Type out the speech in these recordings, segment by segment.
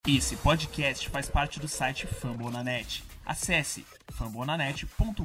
Esse podcast faz parte do site Fambonanet. Acesse fambonanet.com.br.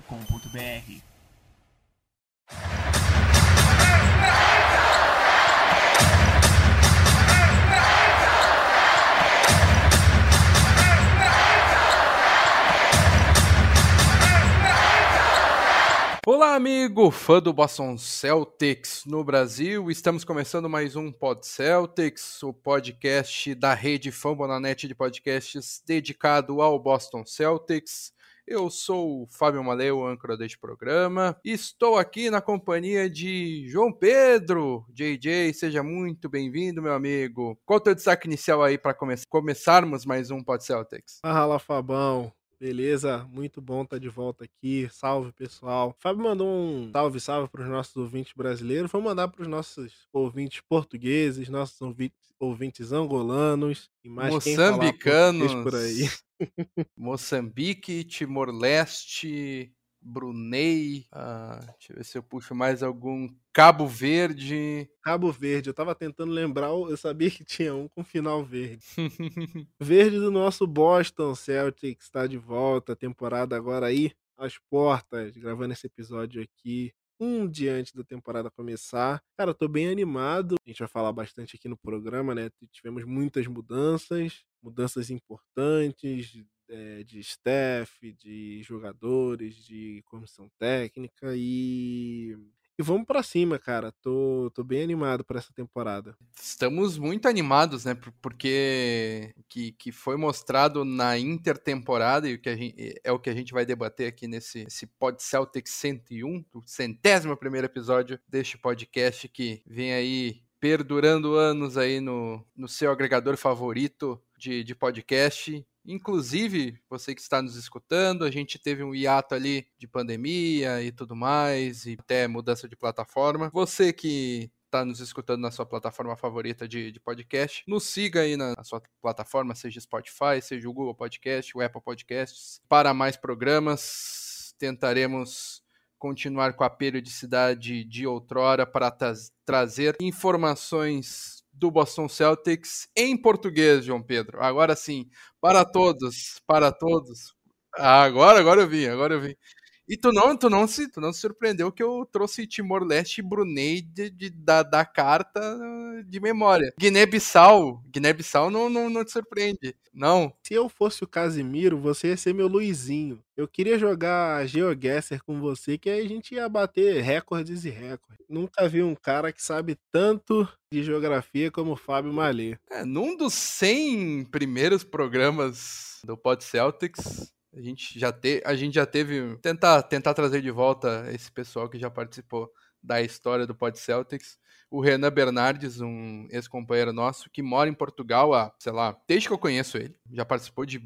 Olá, amigo, fã do Boston Celtics no Brasil. Estamos começando mais um Pod Celtics, o podcast da rede Fambonanet de podcasts dedicado ao Boston Celtics. Eu sou o Fábio Maleu, o âncora deste programa. Estou aqui na companhia de João Pedro. JJ, seja muito bem-vindo, meu amigo. Qual o teu destaque inicial aí para começarmos mais um Pod Celtics? Fala, Fabão. Beleza? Muito bom estar de volta aqui. Salve, pessoal. Fábio mandou um salve para os nossos ouvintes brasileiros. Vou mandar para os nossos ouvintes portugueses, nossos ouvintes angolanos e mais quem falar português por aí. Moçambique, Timor-Leste, Brunei, deixa eu ver se eu puxo mais algum. Cabo Verde. Cabo Verde, eu tava tentando lembrar, eu sabia que tinha um com final verde. Verde do nosso Boston Celtics está de volta, temporada agora aí às portas, gravando esse episódio aqui um dia antes da temporada começar. Cara, eu tô bem animado, a gente vai falar bastante aqui no programa, né? Tivemos muitas mudanças importantes, de staff, de jogadores, de comissão técnica e vamos pra cima, cara. Tô bem animado pra essa temporada. Estamos muito animados, né? Porque que foi mostrado na intertemporada e o que a gente vai debater aqui nesse Pod Celtics 101, o 101º episódio deste podcast que vem aí perdurando anos aí no seu agregador favorito de podcast. Inclusive, você que está nos escutando, a gente teve um hiato ali de pandemia e tudo mais, e até mudança de plataforma. Você que está nos escutando na sua plataforma favorita de podcast, nos siga aí na sua plataforma, seja Spotify, seja o Google Podcast, o Apple Podcasts. Para mais programas, tentaremos continuar com a periodicidade de outrora para trazer informações do Boston Celtics em português, João Pedro. Agora sim, para todos. Agora eu vim. E tu não se surpreendeu que eu trouxe Timor-Leste e Brunei da carta de memória. Guiné-Bissau não te surpreende, não. Se eu fosse o Casimiro, você ia ser meu Luizinho. Eu queria jogar GeoGuessr com você, que aí a gente ia bater recordes e recordes. Nunca vi um cara que sabe tanto de geografia como o Fábio Malê. Num dos 100 primeiros programas do Pod Celtics, a gente já teve tentar trazer de volta esse pessoal que já participou da história do Pod Celtics. O Renan Bernardes, um ex-companheiro nosso, que mora em Portugal desde que eu conheço ele. Já participou de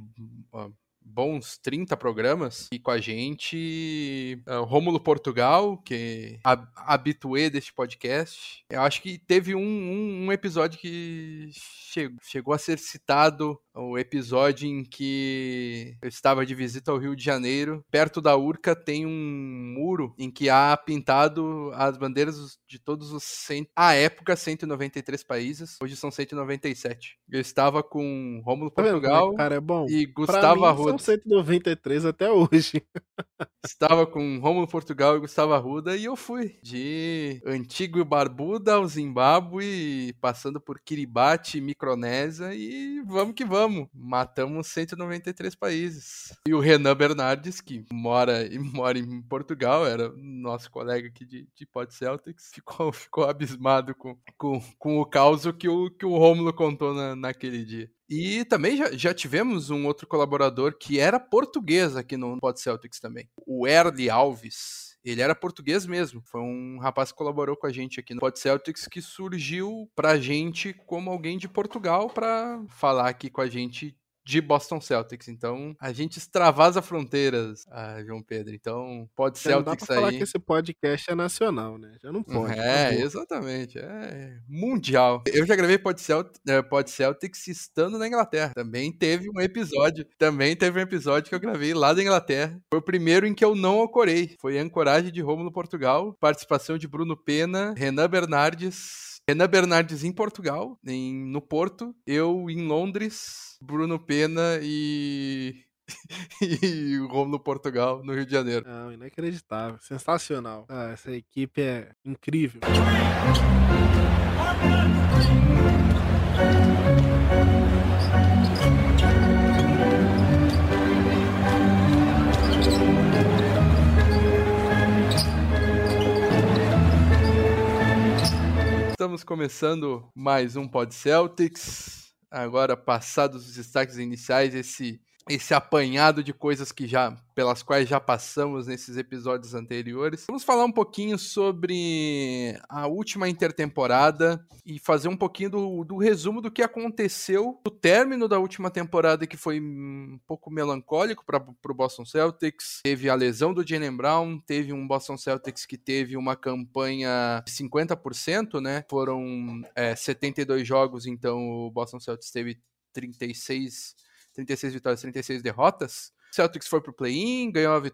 bons 30 programas, e com a gente Rômulo Portugal, que é habituê deste podcast. Eu acho que teve um episódio que chegou a ser citado, o episódio em que eu estava de visita ao Rio de Janeiro. Perto da Urca tem um muro em que há pintado as bandeiras de todos os, à época, 193 países. Hoje são 197. Eu estava com Rômulo Portugal Cara, é bom. e Gustavo Arruda. São 193 até hoje. Estava com Rômulo Portugal e Gustavo Arruda e eu fui de Antigua e Barbuda ao Zimbábue, passando por Kiribati, Micronésia, e vamos que vamos. Matamos 193 países. E o Renan Bernardes, que mora em Portugal, era nosso colega aqui de Pod Celtics, ficou abismado com o caos que o Rômulo contou naquele dia. E também já tivemos um outro colaborador que era português aqui no Pod Celtics também. O Erly Alves. Ele era português mesmo. Foi um rapaz que colaborou com a gente aqui no Pod Celtics, que surgiu pra gente como alguém de Portugal pra falar aqui com a gente de Boston Celtics. Então, a gente extravasa fronteiras, João Pedro. Então, Pod Já não dá Celtics pra falar aí. que esse podcast é nacional, né? Já não pode. Acabou. Exatamente. É mundial. Eu já gravei Pod Celtics estando na Inglaterra. Também teve um episódio que eu gravei lá da Inglaterra. Foi o primeiro em que eu não ancorei. Foi a ancoragem de Rômulo Portugal, participação de Bruno Pena, Renan Bernardes Renan Bernardes em Portugal, no Porto. Eu em Londres. Bruno Pena e e o Romulo Portugal, no Rio de Janeiro. Não, inacreditável. Sensacional. Ah, essa equipe é incrível. Estamos começando mais um Pod Celtics. Agora, passados os destaques iniciais, esse apanhado de coisas pelas quais já passamos nesses episódios anteriores. Vamos falar um pouquinho sobre a última intertemporada e fazer um pouquinho do resumo do que aconteceu no término da última temporada, que foi um pouco melancólico para o Boston Celtics. Teve a lesão do Jaylen Brown, teve um Boston Celtics que teve uma campanha de 50%, né? Foram 72 jogos, então o Boston Celtics teve 36 vitórias, 36 derrotas. O Celtics foi pro play-in,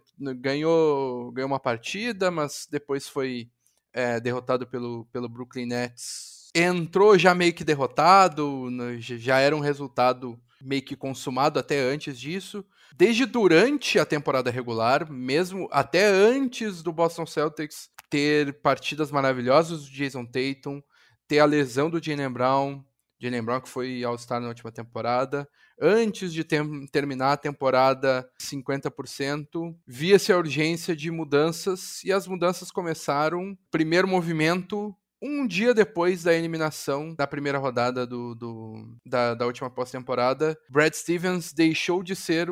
ganhou uma partida, mas depois foi derrotado pelo Brooklyn Nets. Entrou já meio que derrotado, já era um resultado meio que consumado até antes disso. Desde durante a temporada regular, mesmo até antes do Boston Celtics ter partidas maravilhosas do Jason Tatum, ter a lesão do Jaylen Brown que foi All-Star na última temporada. Antes de terminar a temporada 50%, via-se a urgência de mudanças, e as mudanças começaram. Primeiro movimento, um dia depois da eliminação da primeira rodada da última pós-temporada. Brad Stevens deixou de ser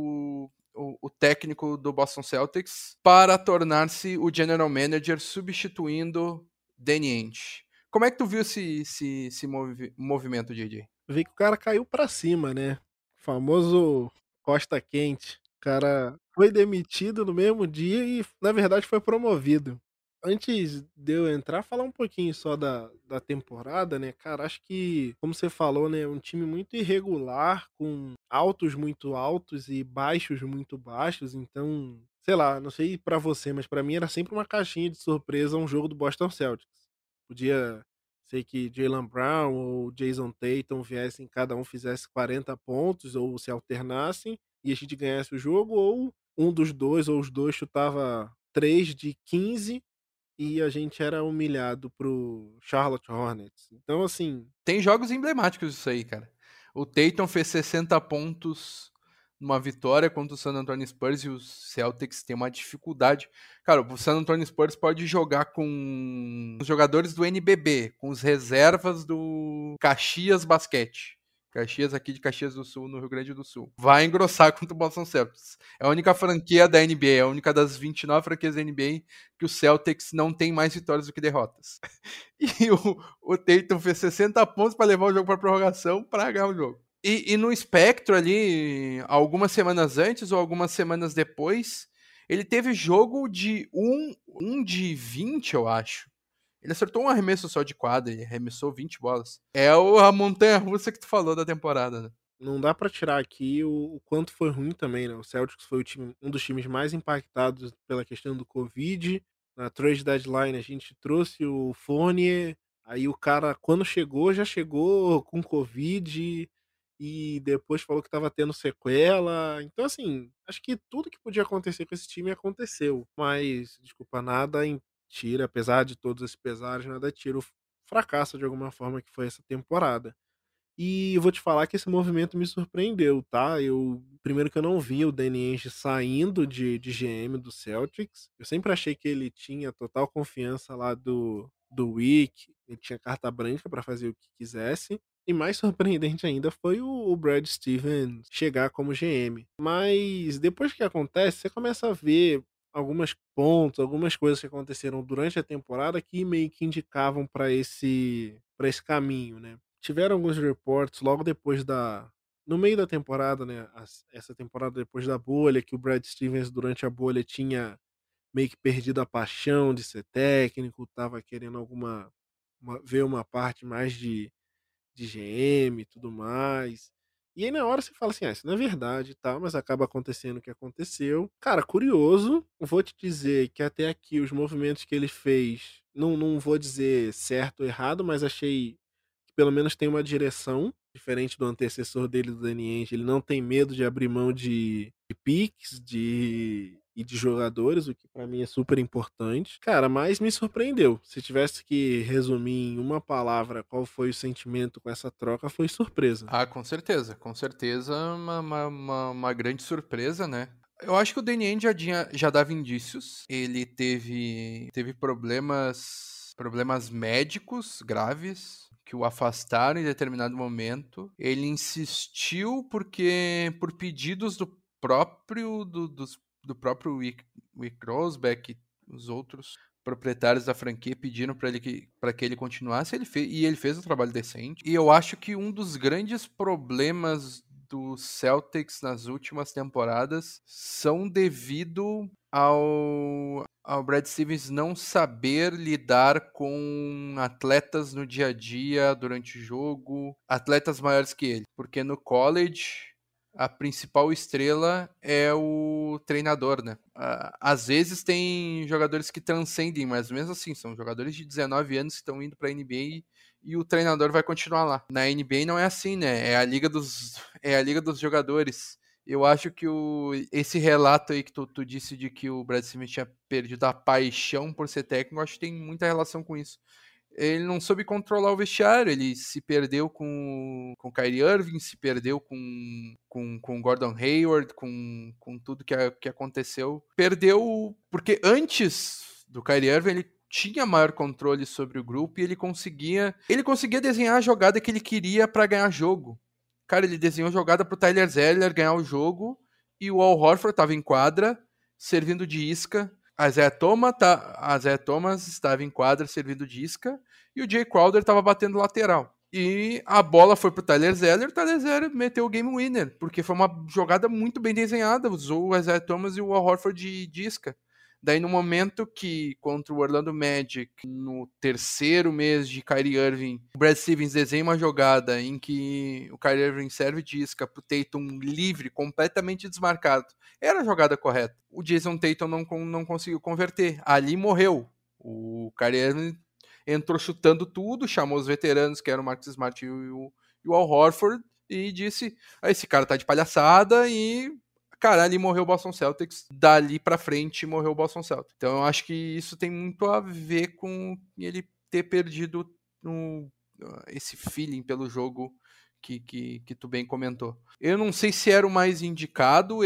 o técnico do Boston Celtics para tornar-se o general manager, substituindo Danny Ainge. Como é que tu viu esse movimento, JJ? Vi que o cara caiu pra cima, né? O famoso Costa Quente. O cara foi demitido no mesmo dia e, na verdade, foi promovido. Antes de eu entrar, falar um pouquinho só da temporada, né? Cara, acho que, como você falou, né? Um time muito irregular, com altos muito altos e baixos muito baixos. Então, sei lá, não sei pra você, mas pra mim era sempre uma caixinha de surpresa um jogo do Boston Celtics. Podia ser que Jaylen Brown ou Jason Tatum viessem, cada um fizesse 40 pontos ou se alternassem e a gente ganhasse o jogo, ou um dos dois ou os dois chutava 3 de 15 e a gente era humilhado pro Charlotte Hornets. Então, assim, Tem jogos emblemáticos disso aí, cara. O Tatum fez 60 pontos numa vitória contra o San Antonio Spurs e os Celtics têm uma dificuldade. Cara, o San Antonio Spurs pode jogar com os jogadores do NBB, com os reservas do Caxias Basquete. Caxias aqui de Caxias do Sul, no Rio Grande do Sul. Vai engrossar contra o Boston Celtics. É a única franquia da NBA, é a única das 29 franquias da NBA que o Celtics não tem mais vitórias do que derrotas. E o Tatum fez 60 pontos para levar o jogo para prorrogação para ganhar o jogo. E no espectro ali, algumas semanas antes ou algumas semanas depois, ele teve jogo de 1 de 20, eu acho. Ele acertou um arremesso só de quadra, ele arremessou 20 bolas. É a montanha-russa que tu falou da temporada, né? não dá pra tirar aqui o quanto foi ruim também, né? O Celtics foi um dos times mais impactados pela questão do Covid. Na trade deadline a gente trouxe o Fournier, aí o cara, quando chegou, já chegou com Covid e depois falou que tava tendo sequela. Então, assim, acho que tudo que podia acontecer com esse time aconteceu. Mas, desculpa, nada tira, apesar de todos esses pesares, nada tira o fracasso de alguma forma que foi essa temporada. E eu vou te falar que esse movimento me surpreendeu, tá? Primeiro que eu não vi o Danny Ainge saindo de GM do Celtics. Eu sempre achei que ele tinha total confiança lá do Wick, ele tinha carta branca para fazer o que quisesse. E mais surpreendente ainda foi o Brad Stevens chegar como GM. Mas depois que acontece, você começa a ver alguns pontos, algumas coisas que aconteceram durante a temporada que meio que indicavam para esse caminho, né? Tiveram alguns reports logo depois no meio da temporada, né, essa temporada depois da bolha, que o Brad Stevens durante a bolha tinha meio que perdido a paixão de ser técnico, estava querendo ver uma parte mais de GM e tudo mais. E aí na hora você fala assim: "Ah, isso não é verdade e tal", mas acaba acontecendo o que aconteceu. Cara, curioso, vou te dizer que até aqui os movimentos que ele fez, não vou dizer certo ou errado, mas achei que pelo menos tem uma direção, diferente do antecessor dele, do Danny Ainge. Ele não tem medo de abrir mão de picks, de jogadores, o que pra mim é super importante. Cara, mas me surpreendeu. Se tivesse que resumir em uma palavra qual foi o sentimento com essa troca, foi surpresa. Ah, com certeza uma grande surpresa, né? Eu acho que o Danny Ainge já dava indícios. Ele teve problemas médicos graves que o afastaram em determinado momento. Ele insistiu por pedidos do próprio Rick Rosbeck e os outros proprietários da franquia pediram para que ele continuasse, e ele fez um trabalho decente. E eu acho que um dos grandes problemas do Celtics nas últimas temporadas são devido ao Brad Stevens não saber lidar com atletas no dia a dia, durante o jogo, atletas maiores que ele. Porque no college, a principal estrela é o treinador, né? Às vezes tem jogadores que transcendem, mas mesmo assim, são jogadores de 19 anos que estão indo para a NBA e o treinador vai continuar lá. Na NBA não é assim, né? É a liga dos jogadores. Eu acho que esse relato aí que tu disse de que o Brad Stevens tinha perdido a paixão por ser técnico, eu acho que tem muita relação com isso. Ele não soube controlar o vestiário, ele se perdeu com o Kyrie Irving, se perdeu com Gordon Hayward, com tudo que aconteceu. Perdeu porque antes do Kyrie Irving ele tinha maior controle sobre o grupo e ele conseguia desenhar a jogada que ele queria para ganhar jogo. Cara, ele desenhou jogada pro Tyler Zeller ganhar o jogo e o Al Horford estava em quadra, servindo de isca. A Zé Thomas estava em quadra, servindo de isca, e o Jay Crowder estava batendo lateral. E a bola foi pro Tyler Zeller, o Tyler Zeller meteu o game winner, porque foi uma jogada muito bem desenhada, usou o Isaiah Thomas e o Al Horford de isca. Daí no momento que, contra o Orlando Magic, no terceiro mês de Kyrie Irving, o Brad Stevens desenha uma jogada em que o Kyrie Irving serve de isca pro Tatum livre, completamente desmarcado. Era a jogada correta. O Jason Tatum não conseguiu converter. Ali morreu. O Kyrie Irving entrou chutando tudo, chamou os veteranos, que eram o Marcus Smart e o Al Horford, e disse, esse cara tá de palhaçada, e cara, ali morreu o Boston Celtics, dali pra frente morreu o Boston Celtics. Então eu acho que isso tem muito a ver com ele ter perdido esse feeling pelo jogo que tu bem comentou. Eu não sei se era o mais indicado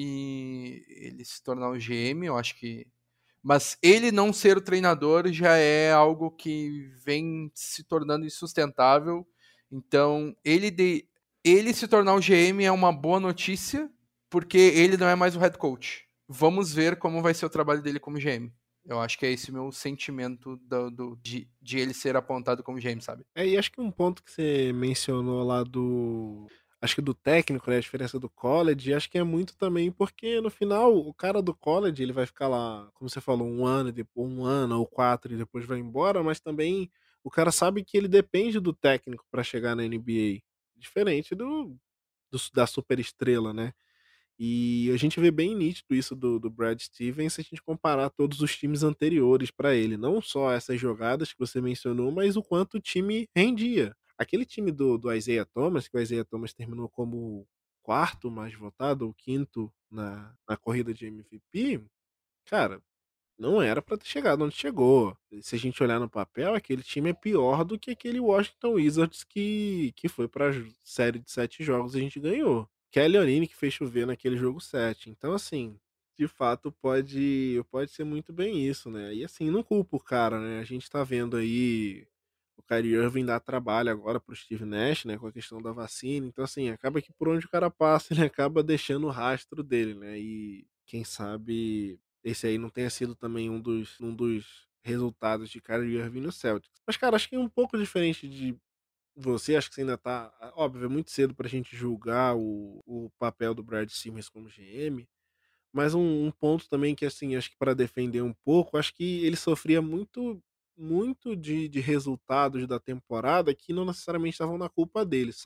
ele se tornar o GM, eu acho que. Mas ele não ser o treinador já é algo que vem se tornando insustentável. Então, ele se tornar o GM é uma boa notícia, porque ele não é mais o head coach. Vamos ver como vai ser o trabalho dele como GM. Eu acho que é esse o meu sentimento de ele ser apontado como GM, sabe? E acho que um ponto que você mencionou lá acho que do técnico, né, a diferença do college, acho que é muito também porque no final o cara do college, ele vai ficar lá, como você falou, um ano, depois um ano ou 4 e depois vai embora, mas também o cara sabe que ele depende do técnico para chegar na NBA, diferente da superestrela, né. E a gente vê bem nítido isso do Brad Stevens se a gente comparar todos os times anteriores para ele, não só essas jogadas que você mencionou, mas o quanto o time rendia. Aquele time do Isaiah Thomas, que o Isaiah Thomas terminou como o quarto mais votado, ou quinto na corrida de MVP, cara, não era para ter chegado onde chegou. Se a gente olhar no papel, aquele time é pior do que aquele Washington Wizards que foi pra série de 7 jogos e a gente ganhou. Kelly Olynyk que fez chover naquele jogo 7. Então, assim, de fato pode ser muito bem isso, né. E, assim, não culpo o cara, né, a gente tá vendo aí o Kyrie Irving dar trabalho agora para o Steve Nash, né, com a questão da vacina. Então, assim, acaba que por onde o cara passa, ele acaba deixando o rastro dele, né. E quem sabe esse aí não tenha sido também um dos resultados de Kyrie Irving no Celtics. Mas, cara, acho que um pouco diferente de você, acho que você ainda tá óbvio, é muito cedo pra gente julgar o papel do Brad Stevens como GM, mas um ponto também que, assim, acho que para defender um pouco, acho que ele sofria muito de resultados da temporada que não necessariamente estavam na culpa dele, sabe.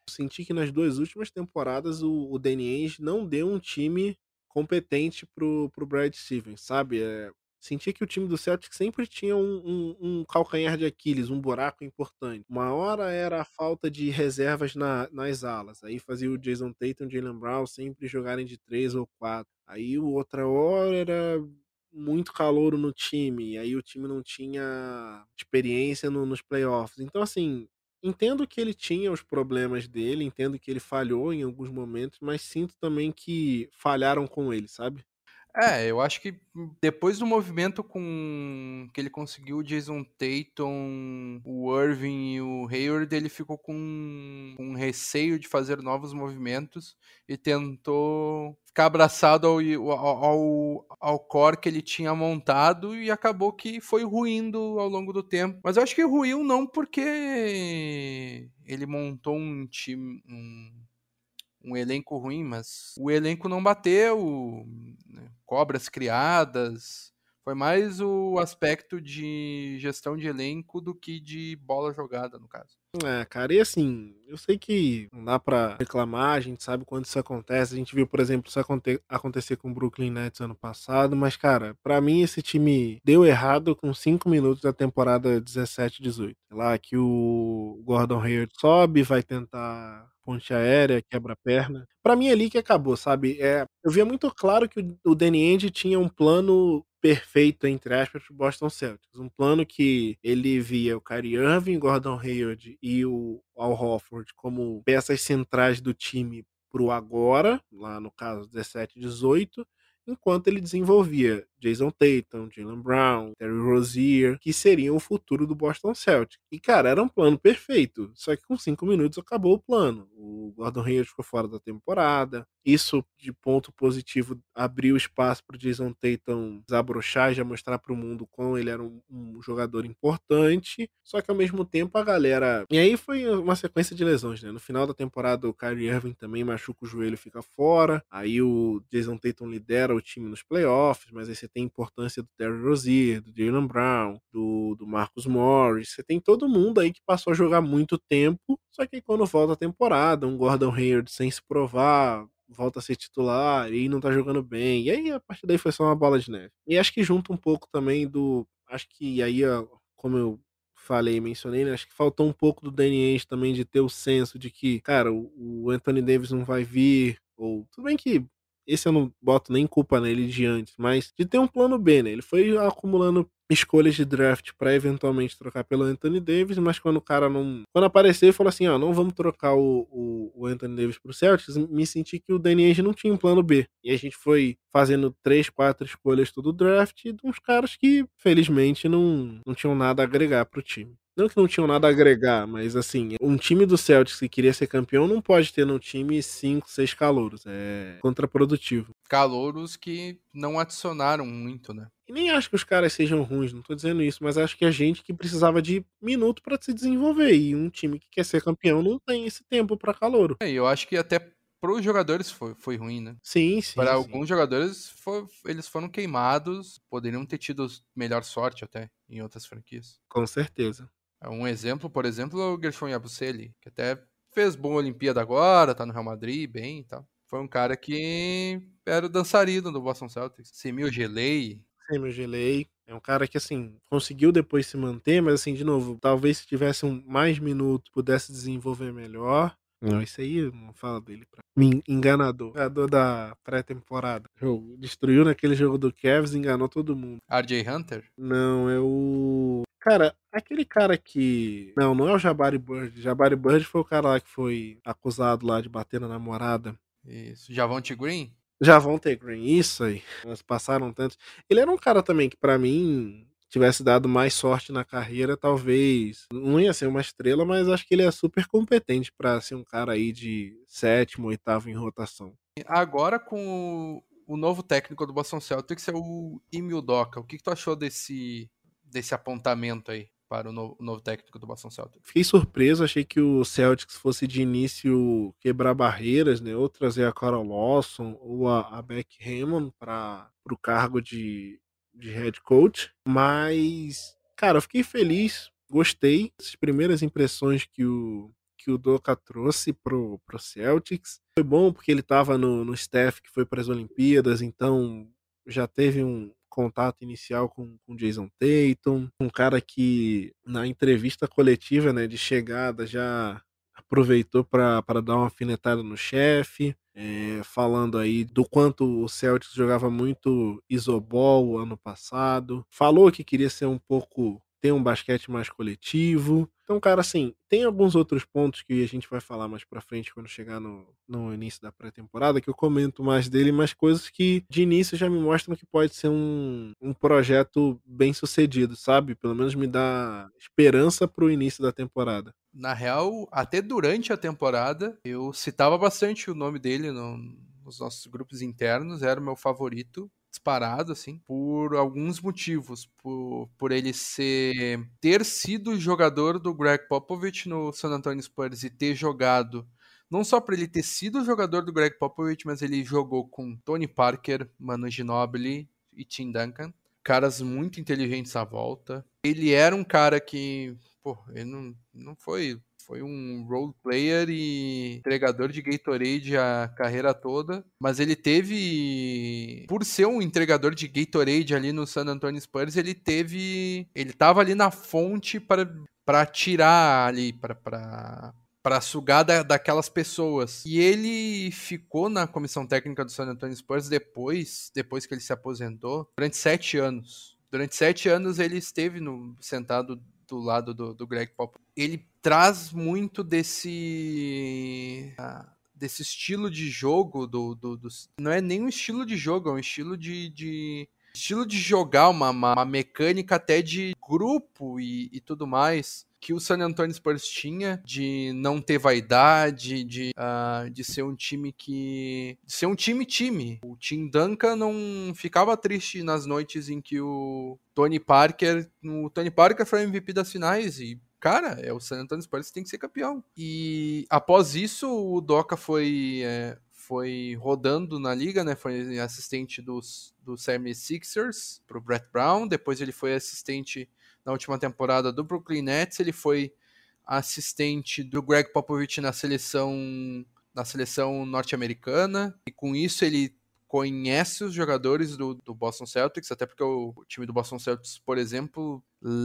Senti que nas 2 últimas temporadas o Danny Ainge não deu um time competente pro Brad Stevens, sabe. Senti que o time do Celtic sempre tinha um calcanhar de Aquiles, um buraco importante. Uma hora era a falta de reservas nas alas, aí fazia o Jason Tatum, Jaylen Brown sempre jogarem de 3 ou 4. Aí outra hora era muito calouro no time, aí o time não tinha experiência nos playoffs. Então assim, entendo que ele tinha os problemas dele, entendo que ele falhou em alguns momentos, mas sinto também que falharam com ele, sabe? Eu acho que depois do movimento com que ele conseguiu o Jason Tatum, o Irving e o Hayward, ele ficou com receio de fazer novos movimentos e tentou ficar abraçado ao core que ele tinha montado e acabou que foi ruindo ao longo do tempo. Mas eu acho que ruiu não porque ele montou um time, um elenco ruim, mas o elenco não bateu, né? Cobras criadas. Foi mais o aspecto de gestão de elenco do que de bola jogada, no caso. Cara, e assim, eu sei que não dá pra reclamar, a gente sabe quando isso acontece. A gente viu, por exemplo, isso acontecer com o Brooklyn Nets ano passado, mas, cara, pra mim esse time deu errado com 5 minutos da temporada 17-18. Lá que o Gordon Hayward sobe, vai tentar ponte aérea, quebra a perna. Pra mim é ali que acabou, sabe? Eu via muito claro que o Danny Ainge tinha um plano perfeito, entre aspas, pro Boston Celtics. Um plano que ele via o Kyrie Irving, Gordon Hayward e o Al Horford como peças centrais do time pro agora, lá no caso 17, 18, enquanto ele desenvolvia Jason Tatum, Jaylen Brown, Terry Rozier, que seriam o futuro do Boston Celtics. E, cara, era um plano perfeito, só que com 5 minutos acabou o plano. O Gordon Hayward ficou fora da temporada. Isso, de ponto positivo, abriu espaço para o Jason Tatum desabrochar e já mostrar para o mundo como ele era um jogador importante. Só que ao mesmo tempo a galera. E aí foi uma sequência de lesões, né? No final da temporada, o Kyrie Irving também machuca o joelho e fica fora. Aí o Jason Tatum lidera o time nos playoffs, mas aí você tem a importância do Terry Rozier, do Jaylen Brown, do Marcus Morris. Você tem todo mundo aí que passou a jogar muito tempo. Só que aí quando volta a temporada, um Gordon Hayward sem se provar, volta a ser titular e não tá jogando bem. E aí, a partir daí foi só uma bola de neve. E acho que junta um pouco também do. Acho que aí, ó, como eu falei, mencionei, né? Acho que faltou um pouco do Danny Ainge também de ter o senso de que, cara, o Anthony Davis não vai vir. Ou tudo bem que esse eu não boto nem culpa nele de antes, mas de ter um plano B, né? Ele foi acumulando escolhas de draft pra eventualmente trocar pelo Anthony Davis, mas quando o cara não. Quando apareceu e falou assim: ó, não vamos trocar o Anthony Davis pro Celtics, me senti que o Danny Ainge não tinha um plano B. E a gente foi fazendo 3, 4 escolhas todo draft de uns caras que, felizmente, não tinham nada a agregar pro time. Não que não tinham nada a agregar, mas assim, um time do Celtics que queria ser campeão não pode ter no time 5, 6 calouros. É contraprodutivo. Calouros que não adicionaram muito, né? E nem acho que os caras sejam ruins, não tô dizendo isso, mas acho que a gente que precisava de minuto pra se desenvolver. E um time que quer ser campeão não tem esse tempo pra calouro. E eu acho que até pros jogadores foi ruim, né? Sim, Para sim, sim. alguns jogadores, eles foram queimados, poderiam ter tido melhor sorte até em outras franquias. Com certeza. Um exemplo, por exemplo, é o Gershon Yabusele, que até fez boa Olimpíada agora, tá no Real Madrid, bem e tal. Foi um cara que era o dançarino do Boston Celtics. Semi Ojelei. Sim, meu gelei. É um cara que, assim, conseguiu depois se manter, mas, assim, de novo, talvez se tivesse mais minutos, pudesse desenvolver melhor. Não, isso aí não fala dele. Me enganador. Enganador da pré-temporada. Destruiu naquele jogo do Cavs, enganou todo mundo. RJ Hunter? Não, é o. Cara, aquele cara que. Não é o Jabari Bird. Jabari Bird foi o cara lá que foi acusado lá de bater na namorada. Isso. Javonte Green? Javonte Green, isso aí. Elas passaram tantos. Ele era um cara também que, pra mim, tivesse dado mais sorte na carreira, talvez. Não ia ser uma estrela, mas acho que ele é super competente pra ser um cara aí de sétimo, oitavo em rotação. Agora com o novo técnico do Boston Celtics é o Ime Udoka. O que tu achou desse apontamento aí para o novo técnico do Boston Celtics? Fiquei surpreso, achei que o Celtics fosse de início quebrar barreiras, né? Ou trazer a Carol Lawson ou a Beck Hammond para o cargo de head coach. Mas, cara, eu fiquei feliz, gostei. Essas primeiras impressões que que o Udoka trouxe pro Celtics. Foi bom porque ele estava no staff que foi para as Olimpíadas, então já teve um contato inicial com o Jason Tatum, um cara que na entrevista coletiva, né, de chegada já aproveitou para dar uma alfinetada no chefe, falando aí do quanto o Celtics jogava muito isoball ano passado, falou que queria ser um pouco ter um basquete mais coletivo. Então, cara, assim, tem alguns outros pontos que a gente vai falar mais pra frente quando chegar no início da pré-temporada, que eu comento mais dele, mas coisas que de início já me mostram que pode ser um projeto bem sucedido, sabe? Pelo menos me dá esperança pro início da temporada. Na real, até durante a temporada, eu citava bastante o nome dele nos nossos grupos internos, era o meu favorito, disparado, assim, por alguns motivos. Por ele ter sido jogador do Greg Popovich no San Antonio Spurs e ter jogado, não só por ele ter sido jogador do Greg Popovich, mas ele jogou com Tony Parker, Manu Ginobili e Tim Duncan, caras muito inteligentes à volta. Ele era um cara que, pô, ele não foi um role player e entregador de Gatorade a carreira toda, mas ele teve, por ser um entregador de Gatorade ali no San Antonio Spurs, ele tava ali na fonte para tirar ali, para sugar daquelas pessoas. E ele ficou na comissão técnica do San Antonio Spurs depois que ele se aposentou, durante 7 anos. Durante 7 anos ele esteve sentado do lado do Greg Popovich. Ele traz muito desse estilo de jogo não é nem um estilo de jogo, é um estilo de jogar, uma mecânica até de grupo e tudo mais, que o San Antonio Spurs tinha, de não ter vaidade, de ser um time de ser um time. O Tim Duncan não ficava triste nas noites em que o Tony Parker foi MVP das finais e, cara, é o San Antonio Spurs que tem que ser campeão. E após isso, o Udoka foi rodando na liga, né? Foi assistente do 76ers pro Brett Brown. Depois ele foi assistente na última temporada do Brooklyn Nets. Ele foi assistente do Greg Popovich na seleção norte-americana. E com isso ele conhece os jogadores do Boston Celtics, até porque o time do Boston Celtics, por exemplo,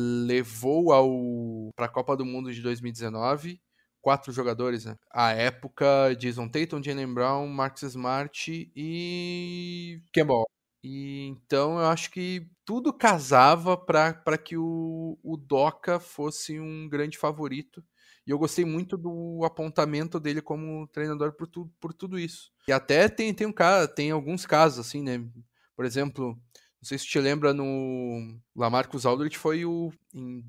levou para a Copa do Mundo de 2019 4 jogadores, né? À época, Jason Tatum, Jaylen Brown, Marcus Smart e Kemba. E então eu acho que tudo casava para que o Udoka fosse um grande favorito. E eu gostei muito do apontamento dele como treinador por tudo isso. E até tem alguns casos, assim, né? Por exemplo, não sei se te lembra, no Lamarcus Aldridge foi em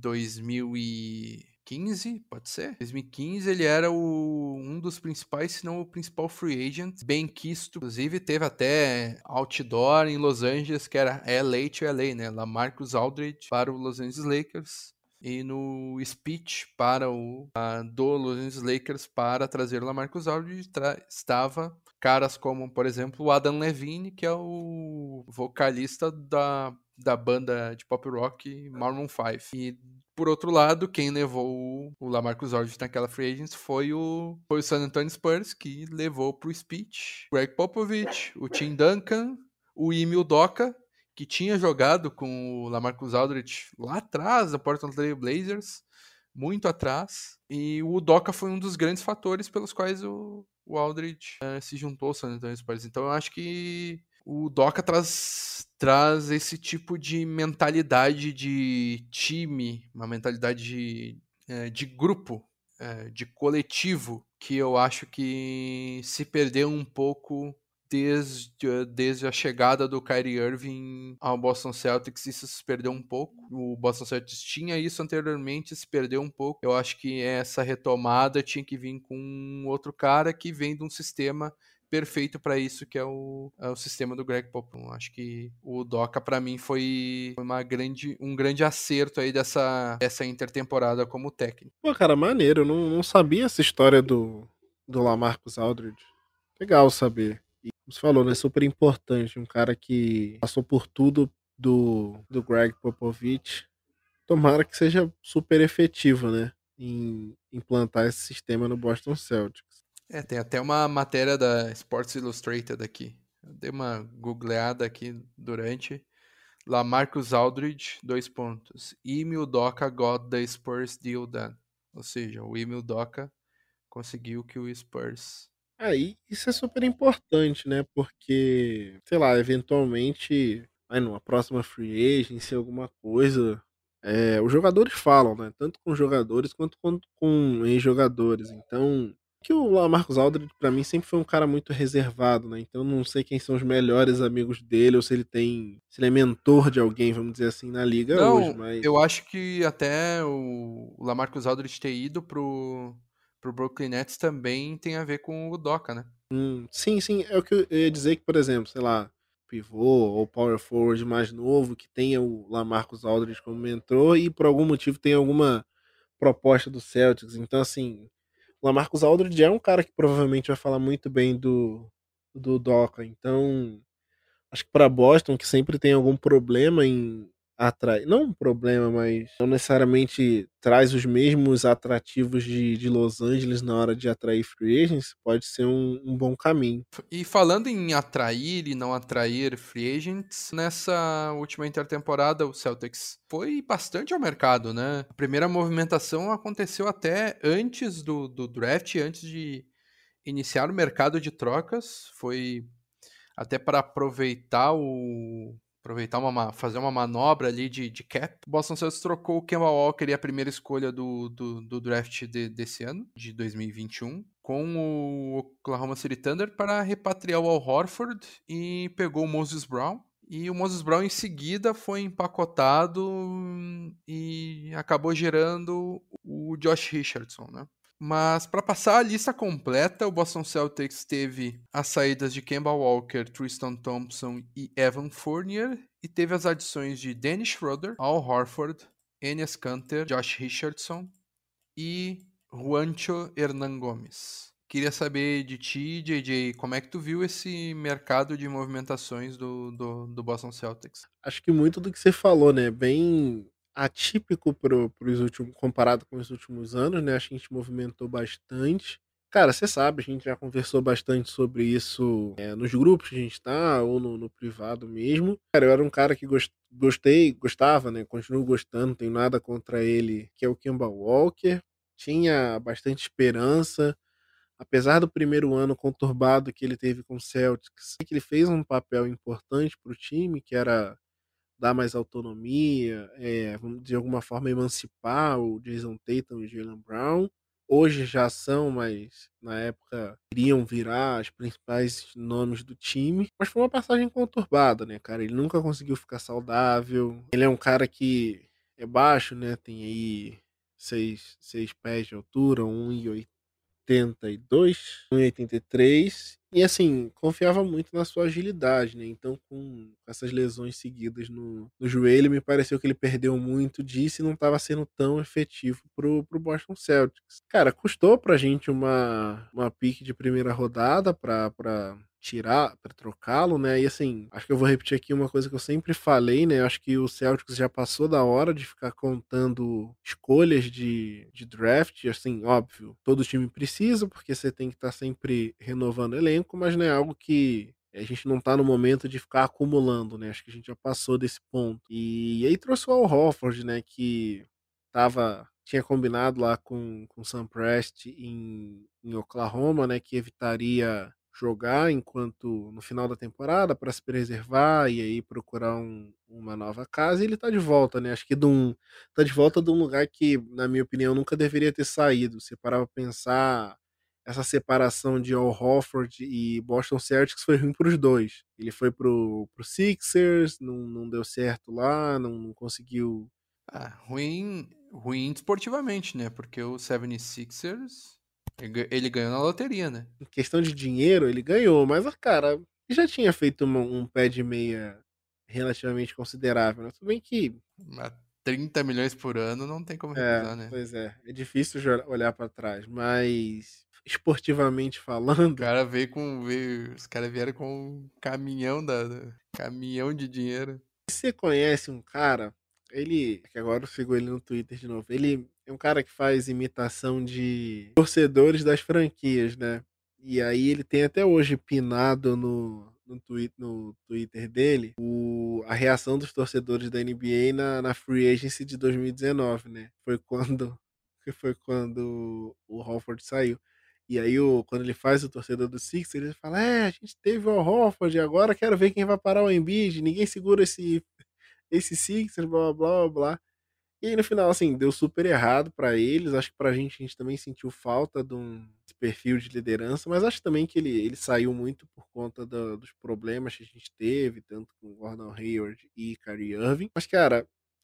2015, pode ser? 2015 ele era um dos principais, se não o principal free agent, bem quisto. Inclusive teve até outdoor em Los Angeles, que era LA to LA, né? Lamarcus Aldridge para o Los Angeles Lakers. E no speech do Los Angeles Lakers para trazer o Lamarcus Aldridge estava caras como, por exemplo, o Adam Levine, que é o vocalista da banda de pop rock Maroon 5. E, por outro lado, quem levou o Lamarcus Aldridge naquela free agents foi o San Antonio Spurs, que levou pro speech Greg Popovich, o Tim Duncan, o Ime Udoka, que tinha jogado com o Lamarcus Aldridge lá atrás, no Portland Trail Blazers, muito atrás. E o Udoka foi um dos grandes fatores pelos quais o Aldridge se juntou ao San Antonio Spurs. Então eu acho que o Udoka traz esse tipo de mentalidade de time, uma mentalidade de grupo, de coletivo, que eu acho que se perdeu um pouco desde a chegada do Kyrie Irving ao Boston Celtics. Isso se perdeu um pouco. O Boston Celtics tinha isso anteriormente, se perdeu um pouco. Eu acho que essa retomada tinha que vir com um outro cara que vem de um sistema perfeito para isso, que é o sistema do Greg Popovich. Acho que o Udoka, para mim, foi um grande acerto aí dessa intertemporada como técnico. Pô, cara, maneiro. Eu não sabia essa história do Lamarcus Aldridge. Legal saber. E como você falou, né? Super importante. Um cara que passou por tudo do Greg Popovich. Tomara que seja super efetivo, né? em implantar esse sistema no Boston Celtics. Tem até uma matéria da Sports Illustrated aqui. Eu dei uma googleada aqui durante. LaMarcus Aldridge, 2 pontos. Ime Udoka got the Spurs deal done. Ou seja, o Ime Udoka conseguiu que o Spurs... Aí, isso é super importante, né? Porque, sei lá, eventualmente, aí numa próxima free agency, alguma coisa, os jogadores falam, né? Tanto com jogadores quanto com ex-jogadores. Então, que o Lamarcus Aldridge, pra mim, sempre foi um cara muito reservado, né? Então, não sei quem são os melhores amigos dele ou se ele se ele é mentor de alguém, vamos dizer assim, na liga hoje, Não, mas... eu acho que até o LaMarcus Aldridge ter ido pro Brooklyn Nets também tem a ver com o Udoka, né? Sim, sim. É o que eu ia dizer que, por exemplo, sei lá, pivô ou power forward mais novo, que tenha o Lamarcus Aldridge como mentor e por algum motivo tem alguma proposta do Celtics. Então, assim, o Lamarcus Aldridge é um cara que provavelmente vai falar muito bem do Doca. Então, acho que para Boston, que sempre tem algum problema em atrair, não um problema, mas não necessariamente traz os mesmos atrativos de Los Angeles na hora de atrair free agents, pode ser um bom caminho. E falando em atrair e não atrair free agents, nessa última intertemporada o Celtics foi bastante ao mercado, né? A primeira movimentação aconteceu até antes do draft, antes de iniciar o mercado de trocas. Foi até para fazer uma manobra ali de cap. O Boston Celtics trocou o Kemba Walker e a primeira escolha do draft desse ano, de 2021, com o Oklahoma City Thunder para repatriar o Al Horford e pegou o Moses Brown. E o Moses Brown em seguida foi empacotado e acabou gerando o Josh Richardson, né? Mas para passar a lista completa, o Boston Celtics teve as saídas de Kemba Walker, Tristan Thompson e Evan Fournier, e teve as adições de Dennis Schroeder, Al Horford, Enes Kanter, Josh Richardson e Juancho Hernan Gomes. Queria saber de ti, JJ, como é que tu viu esse mercado de movimentações do Boston Celtics? Acho que muito do que você falou, né? Bem atípico pros últimos, comparado com os últimos anos, né? Acho que a gente movimentou bastante. Cara, você sabe, a gente já conversou bastante sobre isso nos grupos que a gente tá, ou no privado mesmo. Cara, eu era um cara que gostava, né? Continuo gostando, não tenho nada contra ele, que é o Kemba Walker. Tinha bastante esperança. Apesar do primeiro ano conturbado que ele teve com o Celtics, que ele fez um papel importante para o time, que era dar mais autonomia, vamos de alguma forma emancipar o Jason Tatum e o Jaylen Brown. Hoje já são, mas na época iriam virar os principais nomes do time. Mas foi uma passagem conturbada, né, cara? Ele nunca conseguiu ficar saudável. Ele é um cara que é baixo, né? Tem aí seis pés de altura, 1,82, 1,83. E assim, confiava muito na sua agilidade, né? Então, com essas lesões seguidas no joelho, me pareceu que ele perdeu muito disso e não estava sendo tão efetivo pro Boston Celtics. Cara, custou pra gente uma pique de primeira rodada pra tirar, pra trocá-lo, né? E assim, acho que eu vou repetir aqui uma coisa que eu sempre falei, né? Acho que o Celtics já passou da hora de ficar contando escolhas de draft, assim, óbvio, todo time precisa, porque você tem que estar sempre renovando o elenco, mas não é algo que a gente não tá no momento de ficar acumulando, né? Acho que a gente já passou desse ponto. E aí trouxe o Al Horford, né? Que tinha combinado lá com o Sam Prest em Oklahoma, né? Que evitaria jogar enquanto no final da temporada para se preservar e aí procurar uma nova casa. E ele tá de volta, né? Acho que tá de volta de um lugar que, na minha opinião, nunca deveria ter saído. Você parava pra pensar, essa separação de Al Horford e Boston Celtics foi ruim pros dois. Ele foi pro Sixers, não deu certo lá, não conseguiu. Ruim esportivamente, né? Porque o 76ers, ele ganhou na loteria, né? Em questão de dinheiro, ele ganhou, mas, cara, ele já tinha feito um pé de meia relativamente considerável, né? Tudo bem que. Mas 30 milhões por ano não tem como recusar, né? Pois é difícil olhar pra trás, mas esportivamente O falando, cara os caras vieram com um caminhão caminhão de dinheiro. você conhece um cara, Ele, que agora eu sigo ele no Twitter de novo. Ele é um cara que faz imitação de torcedores das franquias, né? E aí ele tem até hoje pinado no Twitter dele a reação dos torcedores da NBA na Free Agency de 2019, né? Que foi quando o Horford saiu. E aí, quando ele faz o torcedor do Sixers, ele fala: a gente teve o Horford, agora quero ver quem vai parar o Embiid. Ninguém segura esse Sixers, blá blá blá blá. E aí no final, assim, deu super errado pra eles. Acho que pra gente também sentiu falta de um perfil de liderança, mas acho também que ele saiu muito por conta dos problemas que a gente teve, tanto com o Gordon Hayward e Kyrie Irving. Mas, cara,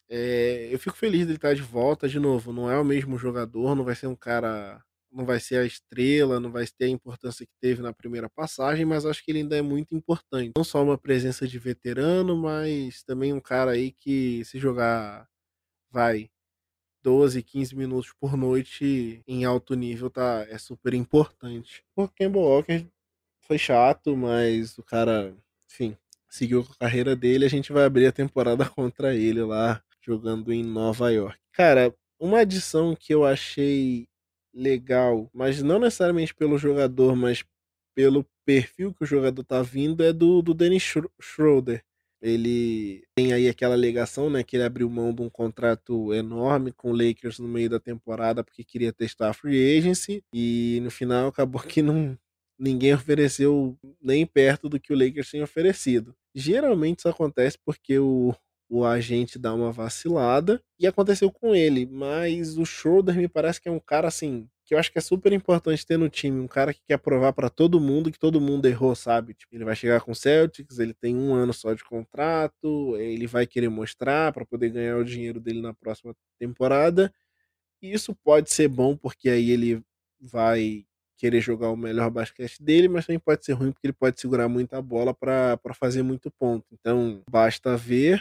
eu fico feliz dele estar de volta de novo. Não é o mesmo jogador, não vai ser um cara. Não vai ser a estrela, não vai ter a importância que teve na primeira passagem, mas acho que ele ainda é muito importante. Não só uma presença de veterano, mas também um cara aí que, se jogar, vai, 12, 15 minutos por noite em alto nível, é super importante. O Kemba Walker foi chato, mas o cara, enfim, seguiu com a carreira dele. A gente vai abrir a temporada contra ele lá, jogando em Nova York. Cara, uma adição que eu achei legal, mas não necessariamente pelo jogador, mas pelo perfil que o jogador tá vindo, é do Dennis Schroeder. Ele tem aí aquela alegação, né, que ele abriu mão de um contrato enorme com o Lakers no meio da temporada porque queria testar a free agency, e no final acabou que ninguém ofereceu nem perto do que o Lakers tinha oferecido. Geralmente isso acontece porque o agente dá uma vacilada, e aconteceu com ele, mas o Schroeder me parece que é um cara assim que eu acho que é super importante ter no time, um cara que quer provar pra todo mundo que todo mundo errou, sabe? Tipo, ele vai chegar com o Celtics, ele tem 1 ano só de contrato, ele vai querer mostrar pra poder ganhar o dinheiro dele na próxima temporada. E isso pode ser bom porque aí ele vai querer jogar o melhor basquete dele, mas também pode ser ruim porque ele pode segurar muita bola pra fazer muito ponto. Então, basta ver,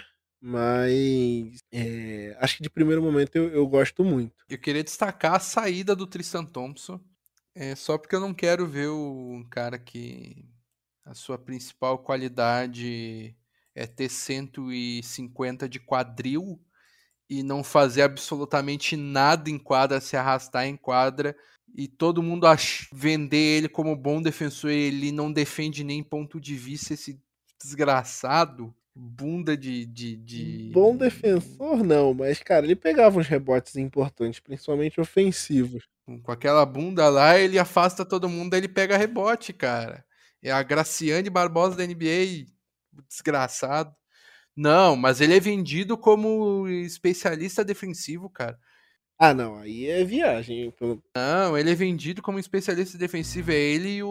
mas acho que de primeiro momento eu gosto muito. Eu queria destacar a saída do Tristan Thompson, só porque eu não quero ver um cara que a sua principal qualidade é ter 150 de quadril e não fazer absolutamente nada em quadra, se arrastar em quadra, e todo mundo vender ele como bom defensor, e ele não defende nem ponto de vista, esse desgraçado, bunda Bom defensor não, mas cara, ele pegava uns rebotes importantes, principalmente ofensivos. Com aquela bunda lá, ele afasta todo mundo, aí ele pega rebote, cara. É a Graciane Barbosa da NBA, desgraçado. Não, mas ele é vendido como especialista defensivo, cara. Ah, não, aí é viagem. Não, ele é vendido como especialista defensivo. É ele e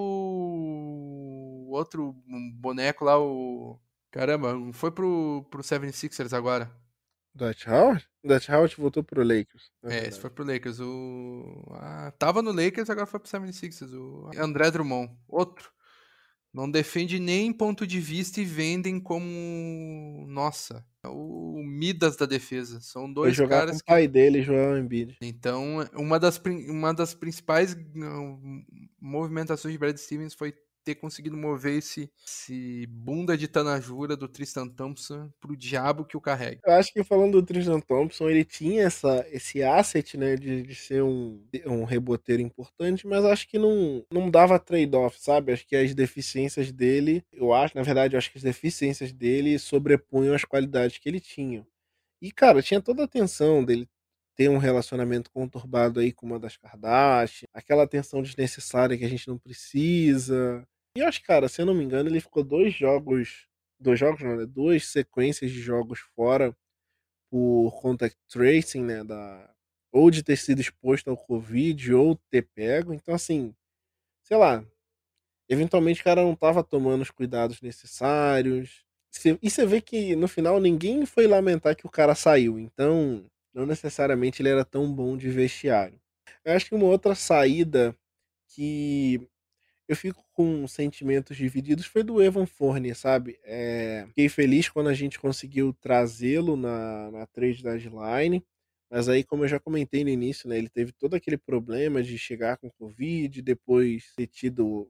o outro boneco lá, o. Caramba, foi pro 76ers agora. Dwight Howard? Dwight Howard voltou pro Lakers, na Esse verdade. foi pro Lakers. Tava no Lakers, agora foi pro 76ers. O André Drummond, outro. Não defende nem ponto de vista e vendem como. Nossa, o Midas da defesa. São Foi dois jogar com o caras que. pai dele, Joel Embiid. Então, uma das principais movimentações de Brad Stevens foi ter conseguido mover esse bunda de Tanajura do Tristan Thompson pro diabo que o carrega. Eu acho que falando do Tristan Thompson, ele tinha esse asset, né, de ser um reboteiro importante, mas acho que não dava trade-off, sabe? Acho que as deficiências dele, na verdade, eu acho que as deficiências dele sobrepunham as qualidades que ele tinha. E, cara, tinha toda a tensão dele ter um relacionamento conturbado aí com uma das Kardashian, aquela tensão desnecessária que a gente não precisa. E eu acho, cara, se eu não me engano, ele ficou 2 jogos não, né? 2 sequências de jogos fora por contact tracing, né? Ou de ter sido exposto ao Covid, ou ter pego. Então, assim, sei lá, eventualmente o cara não tava tomando os cuidados necessários. E você vê que no final ninguém foi lamentar que o cara saiu, então não necessariamente ele era tão bom de vestiário. Eu acho que uma outra saída que eu fico com sentimentos divididos foi do Evan Fournier, sabe? Fiquei feliz quando a gente conseguiu trazê-lo na trade deadline, mas aí, como eu já comentei no início, né, ele teve todo aquele problema de chegar com Covid, depois ter tido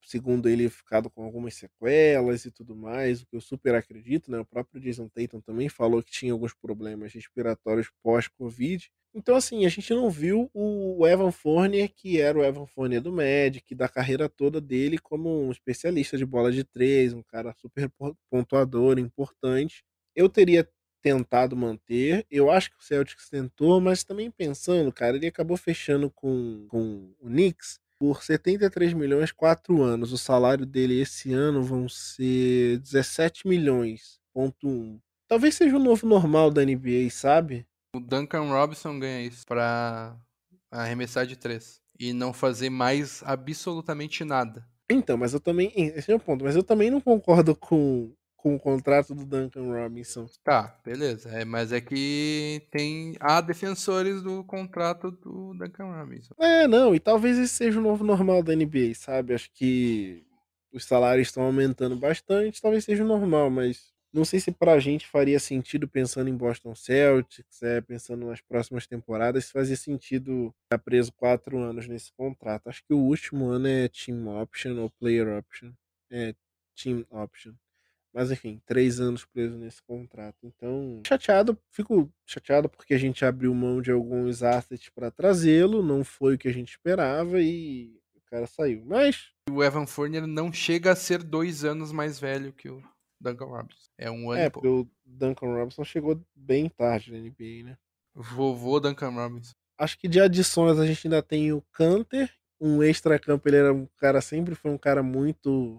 segundo ele, ficado com algumas sequelas e tudo mais, o que eu super acredito, né? O próprio Jason Tatum também falou que tinha alguns problemas respiratórios pós-Covid. Então, assim, a gente não viu o Evan Fournier, que era o Evan Fournier do Magic, da carreira toda dele como um especialista de bola de três, um cara super pontuador, importante. Eu teria tentado manter. Eu acho que o Celtics tentou, mas também pensando, cara, ele acabou fechando com o Knicks por 73 milhões, 4 anos. O salário dele esse ano vão ser 17 milhões, ponto um. Talvez seja o novo normal da NBA, sabe? O Duncan Robinson ganha isso pra arremessar de 3 e não fazer mais absolutamente nada. Então, mas eu também. Esse é o ponto, mas eu também não concordo com o contrato do Duncan Robinson. Tá, beleza. Mas é que há defensores do contrato do Duncan Robinson. Não, e talvez esse seja o novo normal da NBA, sabe? Acho que os salários estão aumentando bastante, talvez seja o normal, mas não sei se pra gente faria sentido pensando em Boston Celtics, pensando nas próximas temporadas, se fazia sentido ficar preso 4 anos nesse contrato. Acho que o último ano é Team Option ou Player Option. É, Team Option. Mas enfim, 3 anos preso nesse contrato. Então, fico chateado porque a gente abriu mão de alguns assets para trazê-lo, não foi o que a gente esperava e o cara saiu. Mas, O Evan Fournier não chega a ser 2 anos mais velho que o Duncan Robinson. É 1 ano e porque pouco. o Duncan Robinson chegou bem tarde na NBA, né? Vovô Duncan Robinson. Acho que de adições a gente ainda tem o Canter, um extra-campo, ele era um cara, sempre foi um cara muito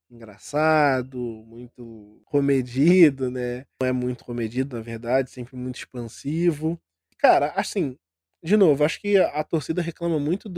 engraçado, muito comedido, né? Não é muito comedido, na verdade, sempre muito expansivo. Cara, assim, de novo, acho que a torcida reclama muito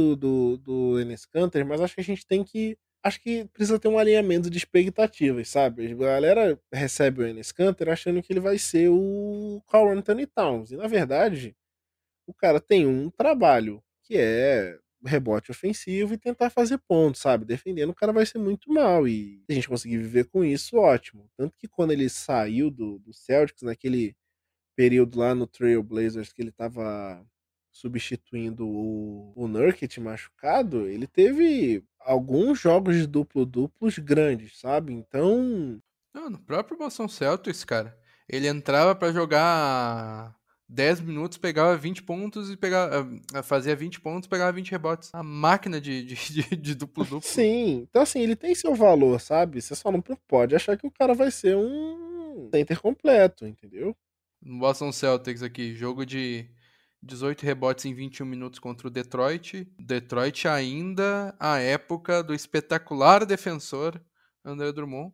do Enes Kanter, mas acho que a gente tem que. Acho que precisa ter um alinhamento de expectativas, sabe? A galera recebe o Enes Kanter achando que ele vai ser o Karl Anthony Towns. E na verdade, o cara tem um trabalho que é rebote ofensivo e tentar fazer pontos, sabe? Defendendo, o cara vai ser muito mal. E se a gente conseguir viver com isso, ótimo. Tanto que quando ele saiu do Celtics, naquele período lá no Trail Blazers, que ele tava substituindo o Nurkic machucado, ele teve alguns jogos de duplo-duplos grandes, sabe? Então, Não, no próprio Boston Celtics, cara. Ele entrava pra jogar 10 minutos, pegava 20 pontos e fazia 20 pontos, pegava 20 rebotes. A máquina de duplo-duplo. sim. Então, assim, ele tem seu valor, sabe? Você só não pode achar que o cara vai ser um center completo, entendeu? No Boston Celtics aqui, jogo de 18 rebotes em 21 minutos contra o Detroit. Detroit ainda a época do espetacular defensor André Drummond.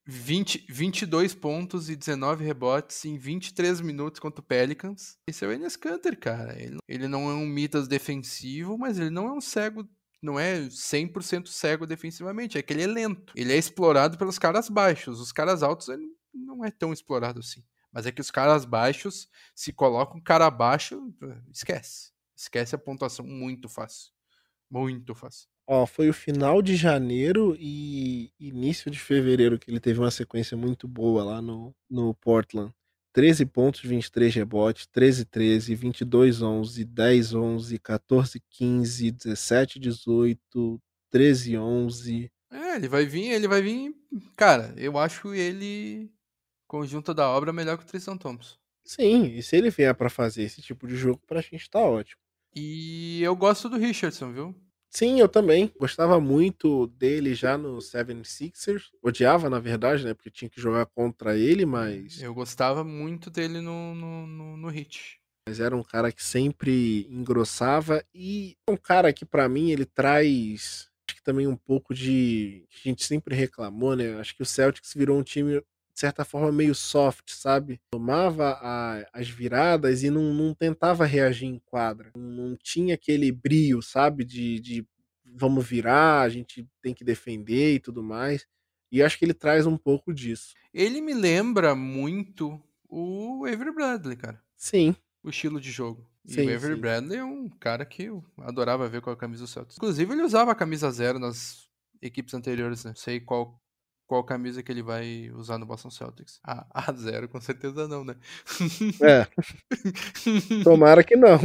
22 pontos e 19 rebotes em 23 minutos contra o Pelicans. Esse é o Enes Kanter, cara. Ele não é um mitas defensivo, mas ele não é um cego, não é 100% cego defensivamente. É que ele é lento. Ele é explorado pelos caras baixos. Os caras altos ele não é tão explorado assim. Mas é que os caras baixos, se colocam um cara baixo, esquece. Esquece a pontuação muito fácil. Muito fácil. Ó, foi o final de janeiro e início de fevereiro que ele teve uma sequência muito boa lá no Portland. 13 pontos, 23 rebotes, 13-13, 22-11, 10-11, 14-15, 17-18, 13-11. Ele vai vir. Cara, eu acho ele conjunto da obra melhor que o Tristan Thompson. Sim, e se ele vier pra fazer esse tipo de jogo, pra gente tá ótimo. E eu gosto do Richardson, viu? Sim, eu também. Gostava muito dele já no 76ers. Odiava, na verdade, né? Porque tinha que jogar contra ele, mas. Eu gostava muito dele no Heat. Mas era um cara que sempre engrossava. E um cara que, pra mim, ele traz. Acho que também um pouco de. A gente sempre reclamou, né? Acho que o Celtics virou um time, de certa forma, meio soft, sabe? Tomava as viradas e não tentava reagir em quadra. Não tinha aquele brio, sabe? De vamos virar, a gente tem que defender e tudo mais. E acho que ele traz um pouco disso. Ele me lembra muito o Avery Bradley, cara. Sim, O estilo de jogo. E o sim, Avery sim. Bradley é um cara que eu adorava ver com a camisa do Celtics. Inclusive, ele usava a camisa 0 nas equipes anteriores, né? Não sei qual qual camisa que ele vai usar no Boston Celtics. A zero, com certeza não, né? É, tomara que não.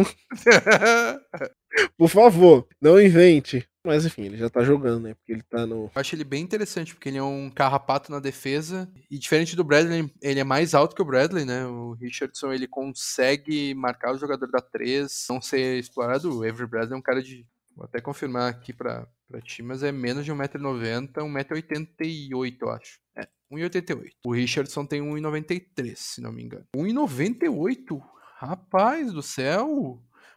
Por favor, não invente. Mas enfim, ele já tá jogando, né? Porque ele tá no. Eu acho ele bem interessante, porque ele é um carrapato na defesa. E diferente do Bradley, ele é mais alto que o Bradley, né? O Richardson, ele consegue marcar o jogador da 3, não ser explorado. O Avery Bradley é um cara de... Vou até confirmar aqui pra ti, mas é menos de 1,90m, 1,88m, eu acho. É, 1,88m. O Richardson tem 1,93m, se não me engano. 1,98m? Rapaz do céu!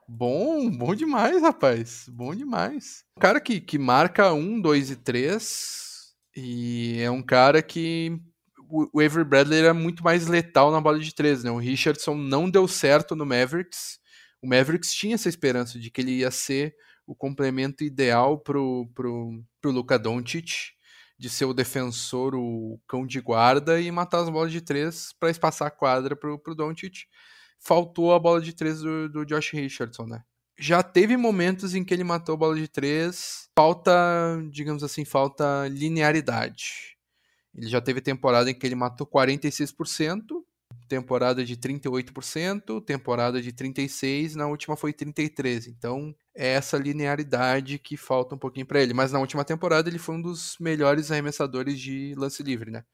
Bom demais, rapaz. Bom demais. Um cara que marca 1, 2 e 3. E é um cara que. O Avery Bradley era muito mais letal na bola de 3, né? O Richardson não deu certo no Mavericks. O Mavericks tinha essa esperança de que ele ia ser o complemento ideal pro Luka Doncic, de ser o defensor, o cão de guarda e matar as bolas de 3 para espaçar a quadra pro Doncic. Faltou a bola de 3 do Josh Richardson, né? Já teve momentos em que ele matou a bola de 3, falta, digamos assim, falta linearidade. Ele já teve temporada em que ele matou 46%, temporada de 38%, temporada de 36%, na última foi 33%. Então, é essa linearidade que falta um pouquinho para ele. Mas na última temporada ele foi um dos melhores arremessadores de lance livre, né?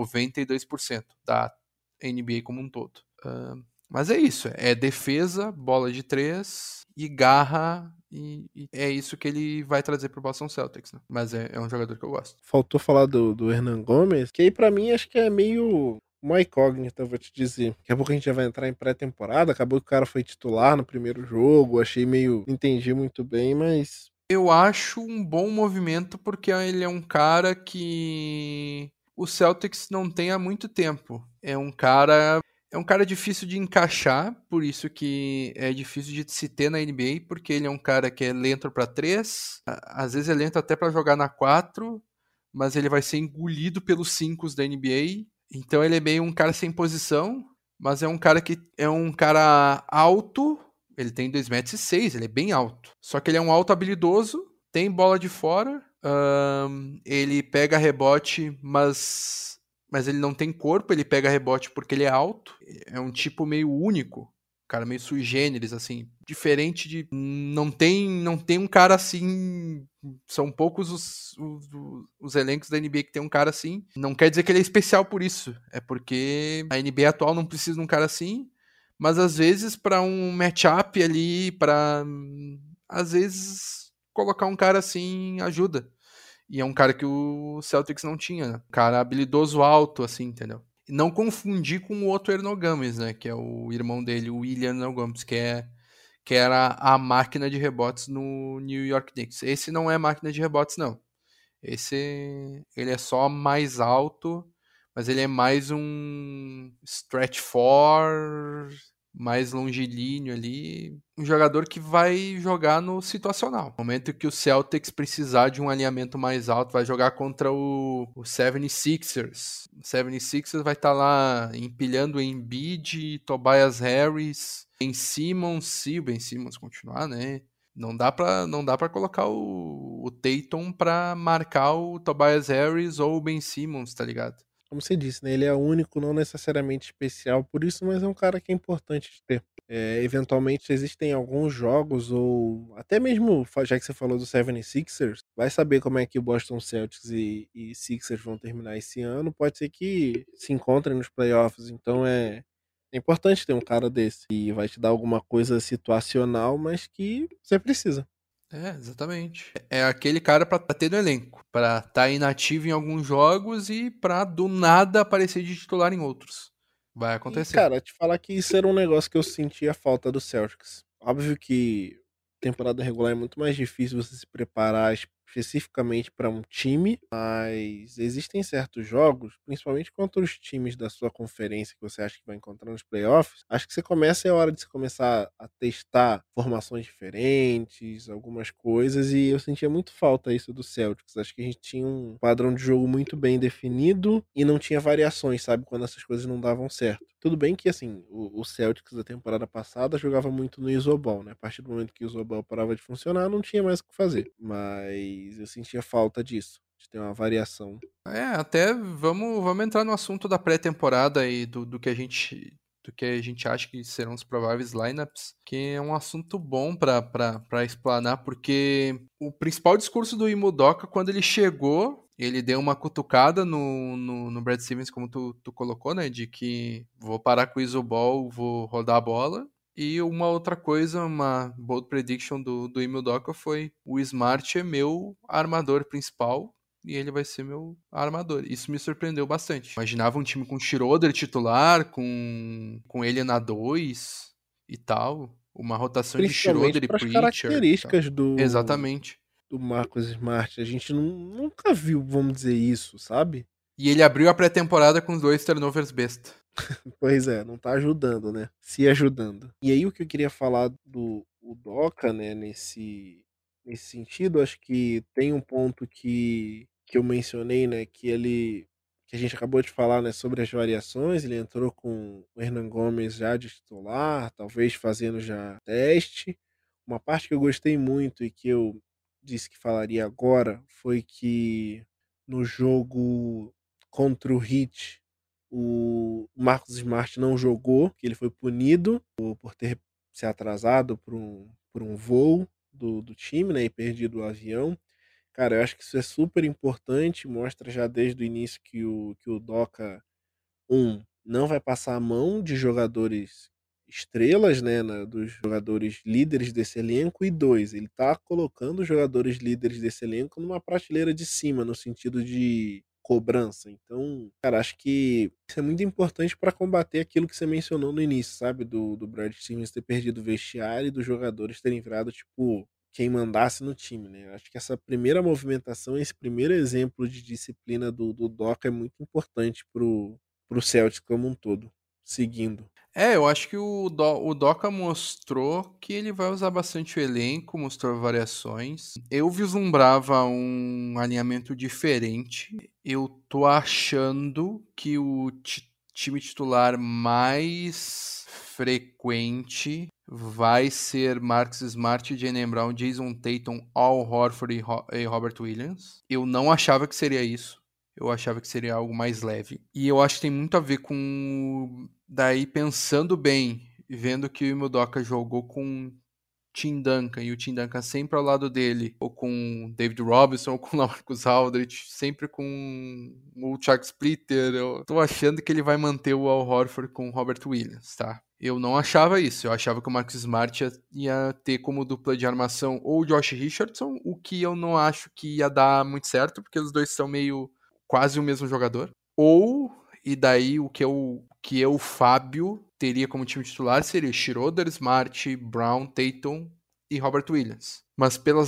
92% da NBA como um todo. Mas é isso, é defesa, bola de 3 e garra, e é isso que ele vai trazer pro Boston Celtics, né? Mas é um jogador que eu gosto. Faltou falar do Hernan Gomes, que aí pra mim acho que é meio uma incógnita, eu vou te dizer. Daqui a pouco a gente já vai entrar em pré-temporada, acabou que o cara foi titular no primeiro jogo, achei meio... Não entendi muito bem, mas... Eu acho um bom movimento porque ele é um cara que o Celtics não tem há muito tempo. É um cara difícil de encaixar, por isso que é difícil de se ter na NBA, porque ele é um cara que é lento para 3, às vezes é lento até para jogar na 4, mas ele vai ser engolido pelos 5 da NBA. Então ele é meio um cara sem posição, mas é um cara que é um cara alto. Ele tem 2,6 m, ele é bem alto. Só que ele é um alto habilidoso, tem bola de fora, ele pega rebote, mas ele não tem corpo, ele pega rebote porque ele é alto. É um tipo meio único, cara meio sui generis, assim, diferente de... Não tem um cara assim... São poucos os elencos da NBA que tem um cara assim. Não quer dizer que ele é especial por isso, é porque a NBA atual não precisa de um cara assim, mas às vezes para um matchup ali, para às vezes colocar um cara assim ajuda. E é um cara que o Celtics não tinha, né? Um cara habilidoso alto, assim, entendeu? E não confundir com o outro Hernogames, né? Que é o irmão dele, o William Hernogames, que era a máquina de rebotes no New York Knicks. Esse não é máquina de rebotes, não. Ele é só mais alto, mas ele é mais um stretch four, mais longilíneo ali, um jogador que vai jogar no situacional. No momento que o Celtics precisar de um alinhamento mais alto, vai jogar contra o 76ers. O 76ers vai estar lá empilhando Embiid, Tobias Harris, Ben Simmons, se o Ben Simmons continuar, né? Não dá pra colocar o Tatum pra marcar o Tobias Harris ou o Ben Simmons, tá ligado? Como você disse, né? Ele é único, não necessariamente especial por isso, mas é um cara que é importante de ter. Eventualmente existem alguns jogos, ou até mesmo, já que você falou do 76ers, vai saber como é que o Boston Celtics e Sixers vão terminar esse ano. Pode ser que se encontrem nos playoffs, então é importante ter um cara desse. E vai te dar alguma coisa situacional, mas que você precisa. É, exatamente. É aquele cara pra ter no elenco, pra estar inativo em alguns jogos e pra do nada aparecer de titular em outros. Vai E, acontecer. cara, te falar que isso era um negócio que eu sentia falta do Celtics. Óbvio que temporada regular é muito mais difícil você se preparar especificamente para um time, mas existem certos jogos, principalmente contra os times da sua conferência que você acha que vai encontrar nos playoffs. Acho que você começa, é hora de você começar a testar formações diferentes, algumas coisas, e eu sentia muito falta isso do Celtics. Acho que a gente tinha um padrão de jogo muito bem definido e não tinha variações, sabe, quando essas coisas não davam certo. Tudo bem que, assim, o Celtics da temporada passada jogava muito no Isoball, né? A partir do momento que o Isoball parava de funcionar, não tinha mais o que fazer. Mas eu sentia falta disso. gente tem uma variação. Até vamos entrar no assunto da pré-temporada e do que a gente acha que serão os prováveis lineups, que é um assunto bom para explanar, porque o principal discurso do Imo Udoka, quando ele chegou, ele deu uma cutucada no Brad Stevens, como tu colocou, né, de que vou parar com o isoball, vou rodar a bola. E uma outra coisa, uma bold prediction do Imo Udoka foi: o Smart é meu armador principal e ele vai ser meu armador. Isso me surpreendeu bastante. Imaginava um time com Schroeder titular, com ele na 2 e tal. Uma rotação de Principalmente Schroeder e para as Pritchard e tal. características Exatamente. do Marcus Smart. A gente nunca viu, vamos dizer isso, sabe? E ele abriu a pré-temporada com 2 turnovers besta. Pois é, não tá ajudando, né? Se ajudando. E aí o que eu queria falar do Udoka, né, nesse sentido, acho que tem um ponto que eu mencionei, né, que a gente acabou de falar, né, sobre as variações. Ele entrou com o Hernan Gomes já de titular, talvez fazendo já teste. Uma parte que eu gostei muito e que eu disse que falaria agora foi que no jogo contra o Heat, o Marcus Smart não jogou, que ele foi punido por ter se atrasado por um voo do time, né, e perdido o avião. Cara, eu acho que isso é super importante, mostra já desde o início que o Doca, não vai passar a mão de jogadores estrelas, né, dos jogadores líderes desse elenco, e dois, ele tá colocando os jogadores líderes desse elenco numa prateleira de cima, no sentido de cobrança. Então, cara, acho que isso é muito importante para combater aquilo que você mencionou no início, sabe, do Brad Stevens ter perdido o vestiário e dos jogadores terem virado, tipo, quem mandasse no time, né? Acho que essa primeira movimentação, esse primeiro exemplo de disciplina do Doca é muito importante pro Celtics como um todo, seguindo. Eu acho que o Doca mostrou que ele vai usar bastante o elenco, mostrou variações. Eu vislumbrava um alinhamento diferente. Eu tô achando que o time titular mais frequente vai ser Marcus Smart, Jaylen Brown, Jason Tatum, Al Horford e Robert Williams. Eu não achava que seria isso. Eu achava que seria algo mais leve. E eu acho que tem muito a ver com... Daí, pensando bem, vendo que o Imodoka jogou com Tim Duncan, e o Tim Duncan sempre ao lado dele, ou com David Robinson, ou com Lamarcus Aldridge, sempre com o Chuck Splitter, eu tô achando que ele vai manter o Al Horford com o Robert Williams, tá? Eu não achava isso, eu achava que o Marcus Smart ia ter como dupla de armação ou o Josh Richardson, o que eu não acho que ia dar muito certo, porque os dois são meio quase o mesmo jogador. Ou, e daí o que eu, Fábio, teria como time titular seria Schroeder, Smart, Brown, Tatum e Robert Williams. Mas pela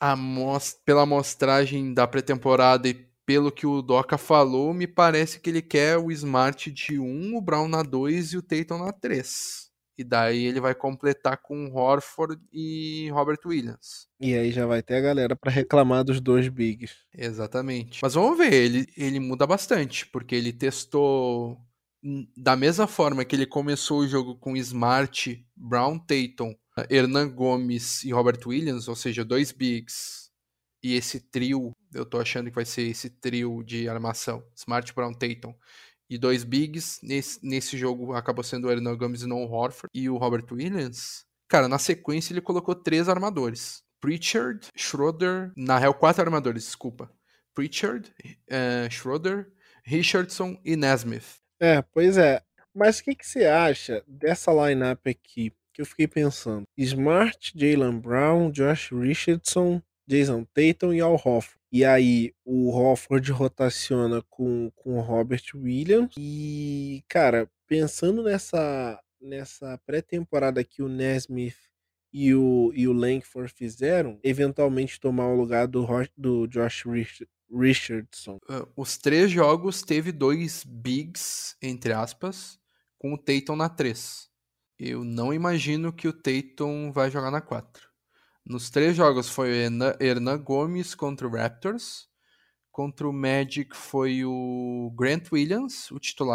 amostragem da pré-temporada e pelo que o Doca falou, me parece que ele quer o Smart de 1, o Brown na 2 e o Tatum na 3. E daí ele vai completar com Horford e Robert Williams. E aí já vai ter a galera para reclamar dos dois bigs. Exatamente. Mas vamos ver, ele muda bastante, porque ele testou da mesma forma que ele começou o jogo com Smart, Brown, Tatum, Hernan Gomes e Robert Williams, ou seja, 2 bigs, e esse trio, eu tô achando que vai ser esse trio de armação, Smart, Brown, Tatum, e 2 bigs, nesse jogo acabou sendo o Hernan Gomes e não o Horford, e o Robert Williams. Cara, na sequência ele colocou 3 armadores. Pritchard, Schroeder, na real 4 armadores, desculpa. Pritchard, Schroeder, Richardson e Nesmith. Pois é. Mas o que você acha dessa lineup aqui? Que eu fiquei pensando. Smart, Jaylen Brown, Josh Richardson, Jason Tatum e Al Horford. E aí o Horford rotaciona com o Robert Williams. E, cara, pensando nessa pré-temporada que o Nesmith e o Langford fizeram, eventualmente tomar o lugar do Josh Richardson. Os 3 jogos teve 2 bigs, entre aspas, com o Tatum na 3. Eu não imagino que o Tatum vai jogar na 4. Nos 3 jogos foi o Hernan Gomes contra o Raptors. Contra o Magic foi o Grant Williams, o titular.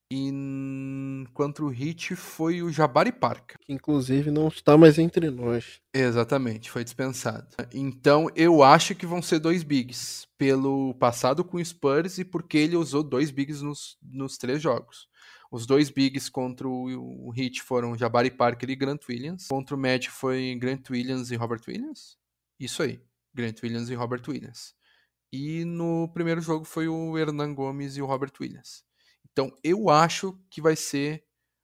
E contra o Heat foi o Jabari Parker. Que inclusive não está mais entre nós. Exatamente, foi dispensado. Então eu acho que vão ser 2 bigs, pelo passado com o Spurs e porque ele usou 2 bigs nos 3 jogos. Os 2 bigs contra o Heat foram Jabari Parker e Grant Williams. Contra o Magic foi Grant Williams e Robert Williams. Isso aí, Grant Williams e Robert Williams. E no primeiro jogo foi o Hernan Gomes e o Robert Williams. Então eu acho que vai ser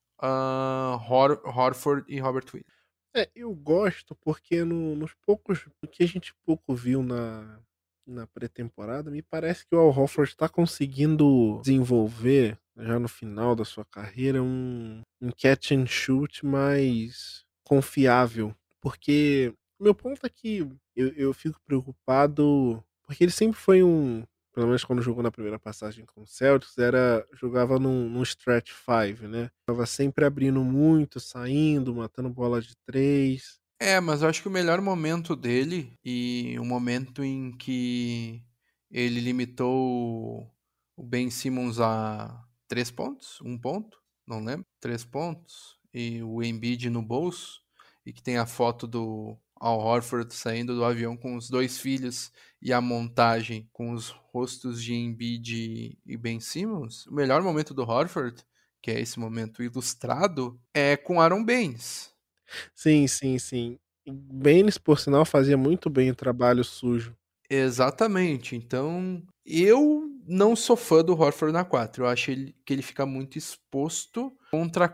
Horford e Robert Williams. Eu gosto porque nos poucos. O que a gente pouco viu na pré-temporada, me parece que o Al Horford está conseguindo desenvolver, já no final da sua carreira, um catch and shoot mais confiável. Porque meu ponto é que eu fico preocupado, porque ele sempre foi pelo menos quando jogou na primeira passagem com o Celtics, jogava num stretch 5, né? Tava sempre abrindo muito, saindo, matando bola de 3. Mas eu acho que o melhor momento dele e o momento em que ele limitou o Ben Simmons a 3 pontos, 1 ponto, não lembro, 3 pontos, e o Embiid no bolso, e que tem a foto do Al Horford saindo do avião com os 2 filhos e a montagem com os rostos de Embiid e Ben Simmons. O melhor momento do Horford, que é esse momento ilustrado, é com Aaron Baines. Sim, sim, sim. Baines, por sinal, fazia muito bem o trabalho sujo. Exatamente. Então, eu não sou fã do Horford na 4. Eu acho que ele fica muito exposto contra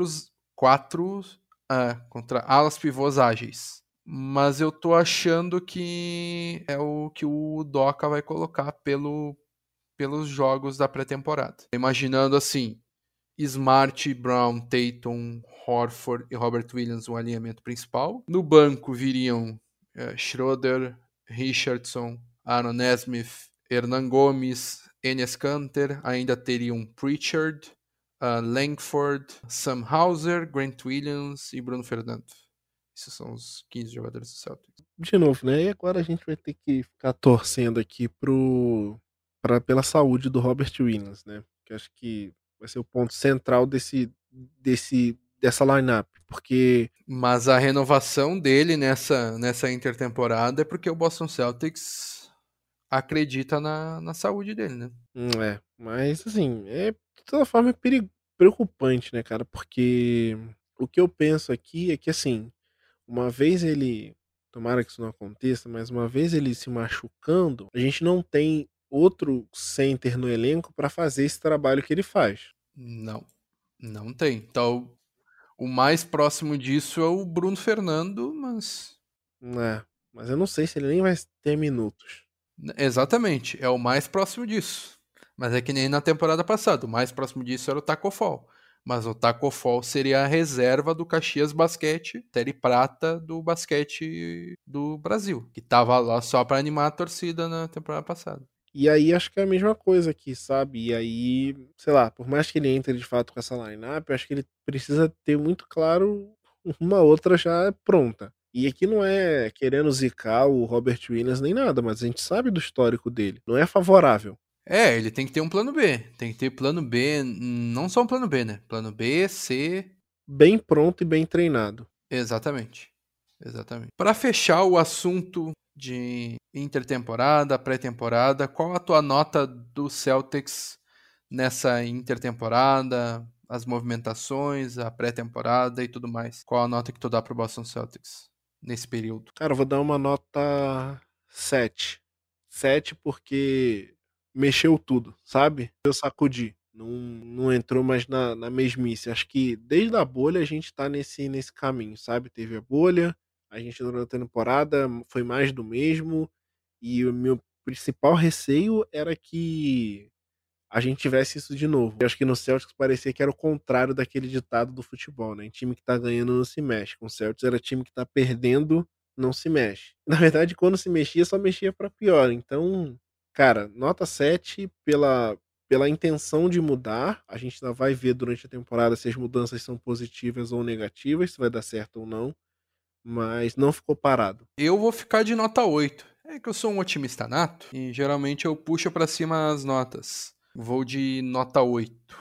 contra alas pivôs ágeis. Mas eu tô achando que é o que o Doca vai colocar pelos jogos da pré-temporada. Imaginando assim, Smart, Brown, Tatum, Horford e Robert Williams, o alinhamento principal. No banco viriam Schroeder, Richardson, Aaron Nesmith, Hernan Gomes, Enes Kanter, ainda teriam Pritchard, Langford, Sam Hauser, Grant Williams e Bruno Fernando. Esses são os 15 jogadores do Celtics. De novo, né? E agora a gente vai ter que ficar torcendo aqui pela saúde do Robert Williams, né? Que acho que vai ser o ponto central dessa lineup, porque Mas a renovação dele nessa intertemporada é porque o Boston Celtics acredita na saúde dele, né? Mas assim, de toda forma preocupante, né, cara? Porque o que eu penso aqui é que, assim, uma vez ele, tomara que isso não aconteça, mas uma vez ele se machucando, a gente não tem outro center no elenco pra fazer esse trabalho que ele faz. Não tem. Então, o mais próximo disso é o Bruno Fernando, mas. Mas eu não sei se ele nem vai ter minutos. Exatamente, é o mais próximo disso. Mas é que nem na temporada passada, o mais próximo disso era o Taco Fall. Mas o Taco Fall seria a reserva do Caxias Basquete, Terry Prata do basquete do Brasil, que tava lá só para animar a torcida na temporada passada. E aí acho que é a mesma coisa aqui, sabe? E aí, sei lá, por mais que ele entre de fato com essa lineup, eu acho que ele precisa ter muito claro uma outra já pronta. E aqui não é querendo zicar o Robert Williams nem nada, mas a gente sabe do histórico dele. Não é favorável. Ele tem que ter um plano B. Tem que ter plano B, não só um plano B, né? Plano B, C. Bem pronto e bem treinado. Exatamente. Para fechar o assunto de intertemporada, pré-temporada, qual a tua nota do Celtics nessa intertemporada, as movimentações, a pré-temporada e tudo mais? Qual a nota que tu dá pro Boston Celtics nesse período? Cara, eu vou dar uma nota 7. 7 porque mexeu tudo, sabe? Eu sacudi. Não entrou mais na mesmice. Acho que desde a bolha a gente tá nesse caminho, sabe? Teve a bolha, a gente entrou na temporada, foi mais do mesmo. E o meu principal receio era que a gente tivesse isso de novo. Eu acho que no Celtics parecia que era o contrário daquele ditado do futebol, né? Time que tá ganhando não se mexe. Com o Celtics era time que tá perdendo, não se mexe. Na verdade, quando se mexia, só mexia pra pior. Então, cara, nota 7 pela intenção de mudar. A gente ainda vai ver durante a temporada se as mudanças são positivas ou negativas, se vai dar certo ou não. Mas não ficou parado. Eu vou ficar de nota 8. É que eu sou um otimista nato e geralmente eu puxo para cima as notas. Vou de nota 8.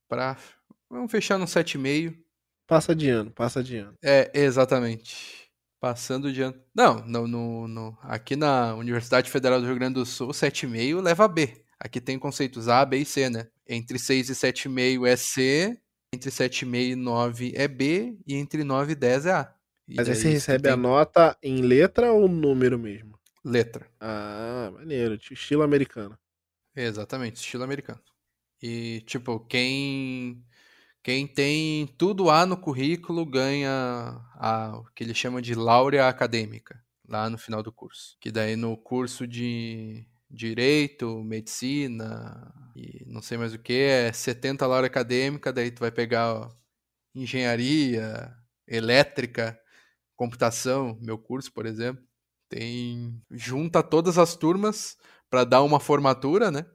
Vamos fechar no 7,5. Passa de ano. Exatamente. Passando de ano. Não, aqui na Universidade Federal do Rio Grande do Sul, 7,5 leva a B. Aqui tem conceitos A, B e C, né? Entre 6 e 7,5 é C, entre 7,5 e 9 é B, e entre 9 e 10 é A. Mas aí você recebe a nota em letra ou número mesmo? Letra. Ah, maneiro. Estilo americano. Exatamente, estilo americano. E, tipo, quem tem tudo A no currículo ganha o que eles chamam de laurea acadêmica, lá no final do curso. Que daí no curso de Direito, Medicina e não sei mais o que, é 70 laurea acadêmica, daí tu vai pegar Engenharia, Elétrica, Computação, meu curso, por exemplo. Junta todas as turmas para dar uma formatura, né?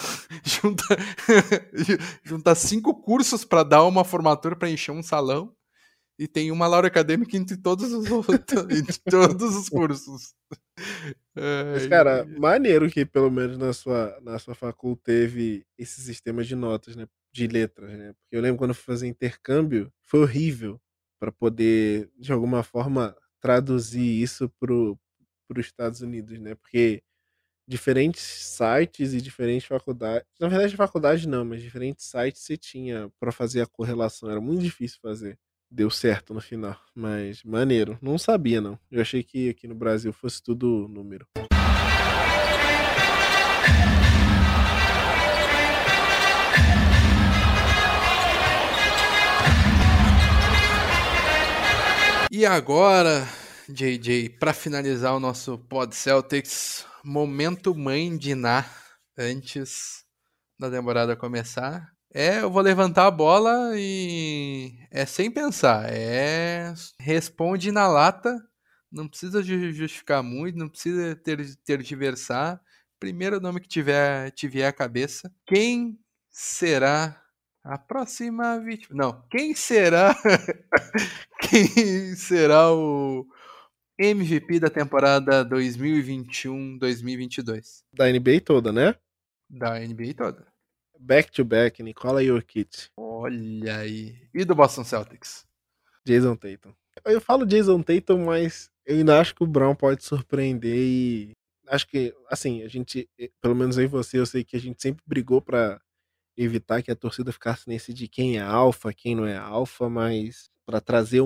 junta 5 cursos para dar uma formatura para encher um salão e tem uma laurea acadêmica entre todos os outros, entre todos os cursos. Mas, cara, maneiro que pelo menos na sua facul teve esse sistema de notas, né? De letras, né? Porque eu lembro quando eu fui fazer intercâmbio, foi horrível para poder, de alguma forma, traduzir isso pro os Estados Unidos, né? Porque diferentes sites e diferentes faculdades, na verdade faculdade não, mas diferentes sites você tinha para fazer a correlação, era muito difícil fazer. Deu certo no final, mas maneiro. Não sabia, não. Eu achei que aqui no Brasil fosse tudo número. E agora, JJ, para finalizar o nosso Pod Celtics, momento mãe de Ná, antes da temporada começar. Eu vou levantar a bola e é sem pensar, responde na lata, não precisa justificar muito, não precisa tergiversar. Primeiro nome que tiver à cabeça. Quem será a próxima vítima? Não, quem será o MVP da temporada 2021-2022? Da NBA toda, né? Da NBA toda. Back to back, Nikola Jokic. Olha aí. E do Boston Celtics? Jason Tatum. Eu falo Jason Tatum, mas eu ainda acho que o Brown pode surpreender e acho que, assim, a gente, pelo menos eu e você, eu sei que a gente sempre brigou pra evitar que a torcida ficasse nesse de quem é alfa, quem não é alfa, mas pra trazer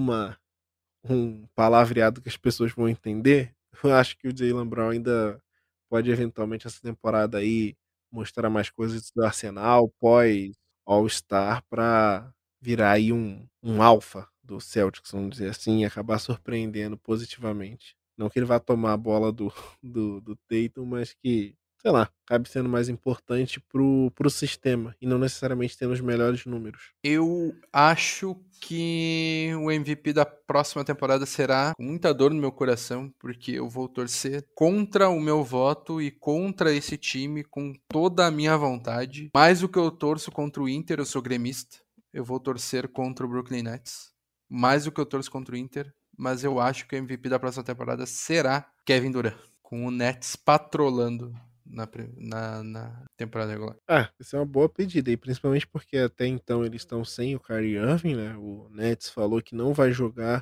um palavreado que as pessoas vão entender, eu acho que o Jaylen Brown ainda pode eventualmente essa temporada aí mostrar mais coisas do Arsenal pós All-Star pra virar aí um alfa do Celtics, vamos dizer assim, e acabar surpreendendo positivamente. Não que ele vá tomar a bola do Tatum, mas que, sei lá, acabe sendo mais importante pro sistema e não necessariamente tendo os melhores números. Eu acho que o MVP da próxima temporada será com muita dor no meu coração, porque eu vou torcer contra o meu voto e contra esse time com toda a minha vontade. Mais do que eu torço contra o Inter, eu sou gremista. Eu vou torcer contra o Brooklyn Nets. Mais do que eu torço contra o Inter, mas eu acho que o MVP da próxima temporada será Kevin Durant, com o Nets patrolando na temporada regular. Isso é uma boa pedida, e principalmente porque até então eles estão sem o Kyrie Irving, né? O Nets falou que não vai jogar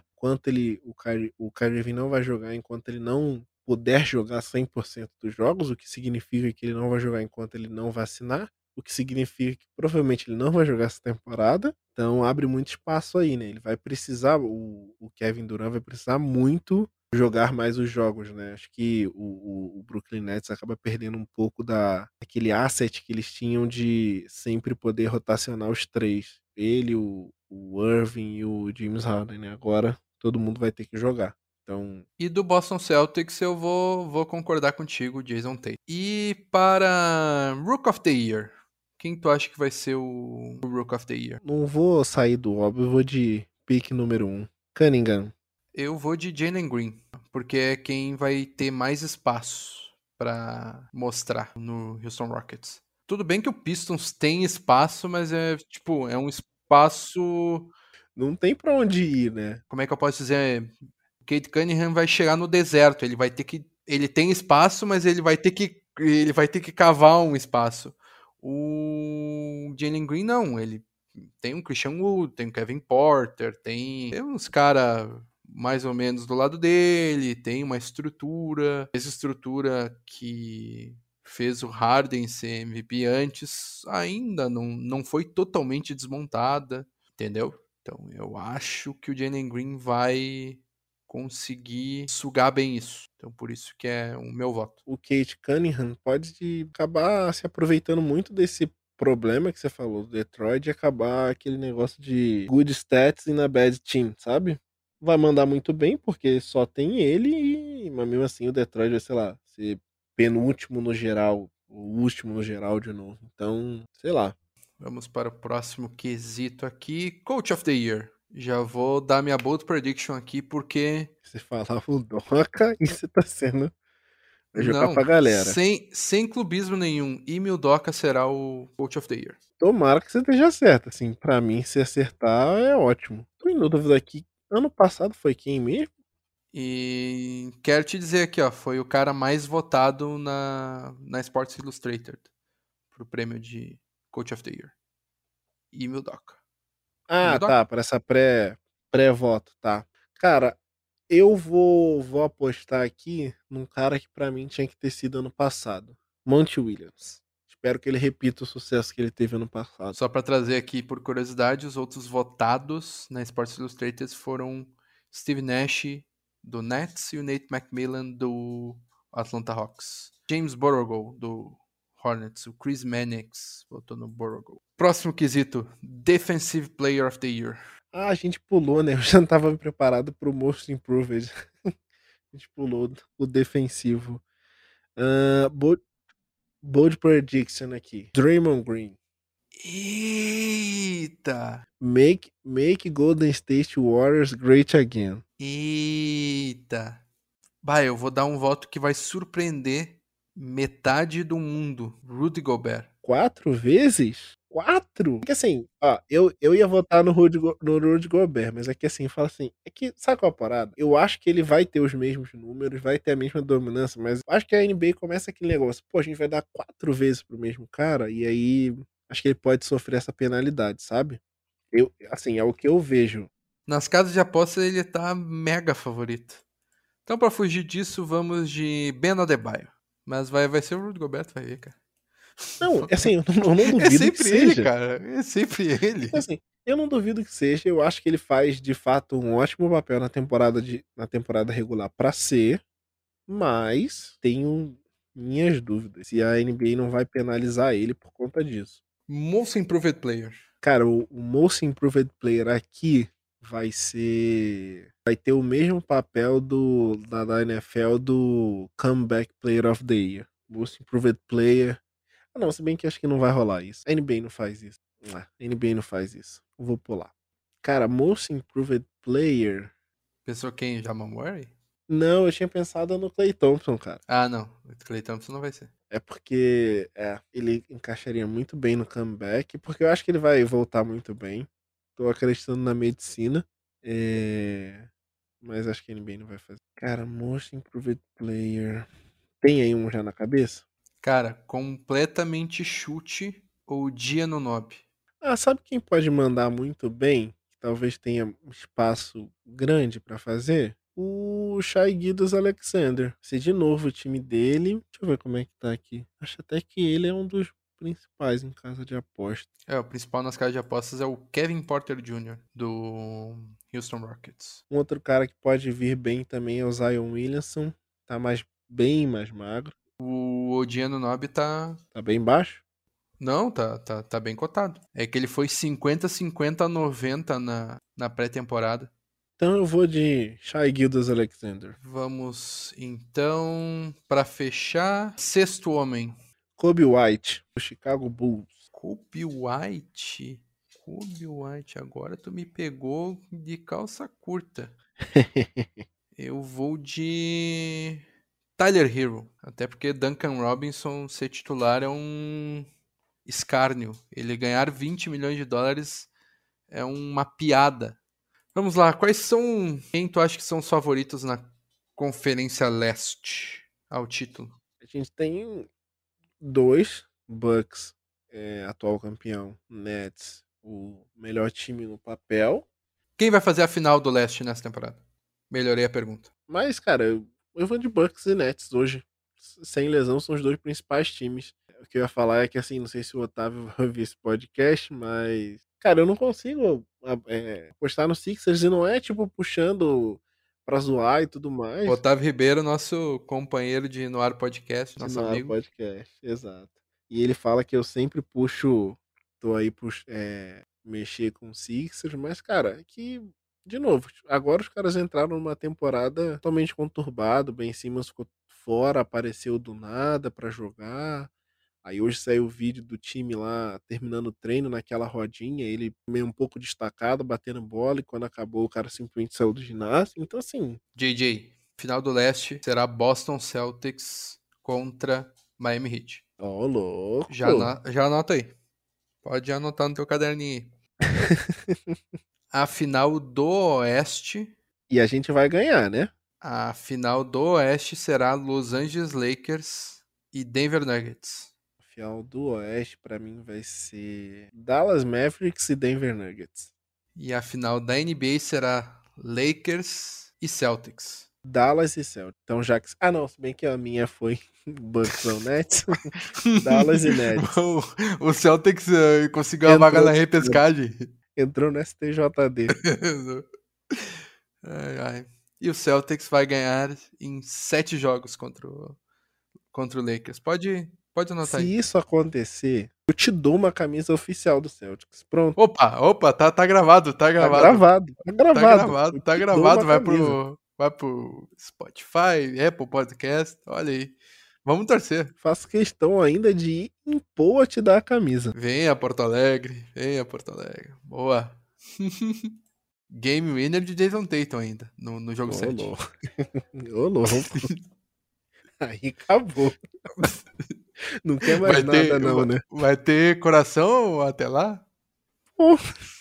o Kyrie Irving não vai jogar enquanto ele não puder jogar 100% dos jogos, o que significa que ele não vai jogar enquanto ele não vacinar, o que significa que provavelmente ele não vai jogar essa temporada. Então abre muito espaço aí, né? Ele vai precisar, o Kevin Durant vai precisar muito jogar mais os jogos, né? Acho que o Brooklyn Nets acaba perdendo um pouco daquele asset que eles tinham de sempre poder rotacionar os três. Ele, o Irving e o James Harden, né? Agora todo mundo vai ter que jogar. Então... E do Boston Celtics eu vou concordar contigo, Jason Tatum. E para Rook of the Year, quem tu acha que vai ser o Rook of the Year? Não vou sair do óbvio, eu vou de pick número 1. Cunningham. Eu vou de Jalen Green, porque é quem vai ter mais espaço para mostrar no Houston Rockets. Tudo bem que o Pistons tem espaço, mas é um espaço... Não tem pra onde ir, né? Como é que eu posso dizer? Cade Cunningham vai chegar no deserto, ele tem espaço, mas ele vai ter que cavar um espaço. O Jalen Green não, ele tem um Christian Wood, tem um Kevin Porter, tem uns caras mais ou menos do lado dele, tem uma estrutura. Essa estrutura que fez o Harden ser MVP antes ainda não foi totalmente desmontada, entendeu? Então eu acho que o Jalen Green vai conseguir sugar bem isso. Então por isso que é o meu voto. O Kate Cunningham pode acabar se aproveitando muito desse problema que você falou do Detroit e acabar aquele negócio de good stats in a bad team, sabe? Vai mandar muito bem porque só tem ele, mas mesmo assim o Detroit vai, sei lá, ser penúltimo no geral, o último no geral de novo. Então, sei lá. Vamos para o próximo quesito aqui. Coach of the Year. Já vou dar minha bold prediction aqui, porque... Você falava o Doca e você tá sendo... Vai jogar Não, pra galera. sem clubismo nenhum. Ime Udoka será o Coach of the Year. Tomara que você esteja certo. Assim, pra mim, se acertar, é ótimo. Tô em dúvida aqui. Ano passado foi quem mesmo? E quero te dizer aqui, ó, foi o cara mais votado na Sports Illustrated pro prêmio de Coach of the Year. Ime Udoka. Ime Ah, Udoka? tá. Pra essa pré-voto, tá. Cara, eu vou apostar aqui num cara que pra mim tinha que ter sido ano passado. Monty Williams. Espero que ele repita o sucesso que ele teve ano passado. Só para trazer aqui por curiosidade, os outros votados na Sports Illustrated foram Steve Nash do Nets e o Nate McMillan do Atlanta Hawks. James Borough do Hornets, o Chris Mannix votou no Borough. Próximo quesito, Defensive Player of the Year. Ah, a gente pulou, né? Eu já não tava preparado pro Most Improved. A gente pulou o defensivo. Bold prediction aqui. Draymond Green. Eita! Make Golden State Warriors great again. Eita! Bah, eu vou dar um voto que vai surpreender metade do mundo. Rudy Gobert. 4 vezes? 4? Porque assim, ó, eu ia votar no Rudy Gobert, mas é que assim, fala assim, é que, sabe qual é a parada? Eu acho que ele vai ter os mesmos números, vai ter a mesma dominância, mas eu acho que a NBA começa aquele negócio, pô, a gente vai dar 4 vezes pro mesmo cara, e aí acho que ele pode sofrer essa penalidade, sabe? Assim, é o que eu vejo. Nas casas de apostas ele tá mega favorito. Então, pra fugir disso, vamos de Ben Adebayo. Mas vai ser o Rudy Gobert, vai ver, cara. Não, assim, eu não É duvido que sempre ele, seja. cara. É sempre ele. Então, assim, eu não duvido que seja. Eu acho que ele faz, de fato, um ótimo papel na temporada regular pra ser, mas tenho minhas dúvidas se a NBA não vai penalizar ele por conta disso. Most Improved Player. Cara, o Most Improved Player aqui vai ter o mesmo papel da NFL do Comeback Player of the Year. Most Improved Player. Ah, não, se bem que acho que não vai rolar isso. A NBA não faz isso. A NBA não faz isso. Eu vou pular. Cara, Most Improved Player. Pensou quem? Jamal Murray? Não, eu tinha pensado no Klay Thompson, cara. Ah, não. O Klay Thompson não vai ser. É porque ele encaixaria muito bem no comeback, porque eu acho que ele vai voltar muito bem. Tô acreditando na medicina. Mas acho que a NBA não vai fazer. Cara, Most Improved Player. Tem aí um já na cabeça? Cara, completamente chute ou dia no Nob. Ah, sabe quem pode mandar muito bem? Que talvez tenha um espaço grande pra fazer? O Shai Gilgeous-Alexander. Se de novo o time dele. Deixa eu ver como é que tá aqui. Acho até que ele é um dos principais em casa de aposta. É, o principal nas casas de apostas é o Kevin Porter Jr., do Houston Rockets. Um outro cara que pode vir bem também é o Zion Williamson. Tá bem mais magro. O Odiano Nob tá. Tá bem baixo. Não, tá bem cotado. É que ele foi 50-50-90 na pré-temporada. Então eu vou de Shai Gilgeous-Alexander. Vamos então para fechar. Sexto homem. Kobe White, do Chicago Bulls. Kobe White. Kobe White, agora tu me pegou de calça curta. Eu vou de Tyler Hero. Até porque Duncan Robinson ser titular é um escárnio. Ele ganhar 20 milhões de dólares é uma piada. Vamos lá, quais são. Quem tu acha que são os favoritos na Conferência Leste ao título? A gente tem dois Bucks, atual campeão, Nets, o melhor time no papel. Quem vai fazer a final do leste nessa temporada? Melhorei a pergunta. Mas, cara, eu vou de Bucks e Nets hoje. Sem lesão, são os dois principais times. O que eu ia falar é que, assim, não sei se o Otávio vai ouvir esse podcast, mas, cara, eu não consigo apostar no Sixers e não é, tipo, puxando pra zoar e tudo mais. Otávio Ribeiro, nosso companheiro de No Ar Podcast, nosso No amigo. podcast, exato. E ele fala que eu sempre puxo, tô aí mexer com Sixers, mas, cara, que, de novo, agora os caras entraram numa temporada totalmente conturbada, o Ben Simmons ficou fora, apareceu do nada pra jogar. Aí hoje saiu o vídeo do time lá terminando o treino naquela rodinha, ele meio um pouco destacado, batendo bola, e quando acabou o cara simplesmente saiu do ginásio. Então, assim, JJ, final do leste será Boston Celtics contra Miami Heat. ó, louco. Já anota aí. Pode anotar no teu caderninho aí. A final do oeste. E a gente vai ganhar, né? A final do oeste será Los Angeles Lakers e Denver Nuggets. Final do Oeste, pra mim, vai ser Dallas Mavericks e Denver Nuggets. E a final da NBA será Lakers e Celtics. Dallas e Celtics. Então, já que... Ah, não, se bem que a minha foi Bucks ou Nets. Dallas e Nets. O Celtics conseguiu a vaga na repescagem. Entrou no STJD. Ai, ai. E o Celtics vai ganhar em 7 jogos contra o Lakers. Pode anotar aí. Se isso acontecer, eu te dou uma camisa oficial do Celtics. Pronto. Opa, tá gravado. Tá gravado. Tá gravado. Vai pro Spotify, Apple Podcast. Olha aí. Vamos torcer. Faço questão ainda de ir em Poa te dar a camisa. Venha a Porto Alegre. Boa. Game winner de Jason Tatum ainda, no jogo 7. Ô, louco. Aí acabou. Não quer mais nada não, né? Vai ter coração até lá? Pô.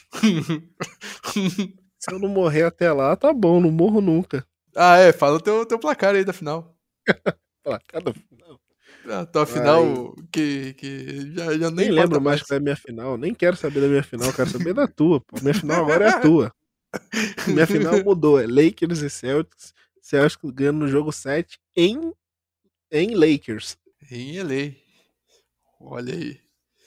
Se eu não morrer até lá, tá bom, não morro nunca. Fala o teu placar aí da final. Placar da final? A tua final que já nem lembro mais qual é a minha final, nem quero saber da minha final, quero saber da tua, pô. Minha final agora é a tua. Minha final mudou, é Lakers e Celtics. Celtics ganhando no jogo 7 em Lakers. Em LA. Olha aí.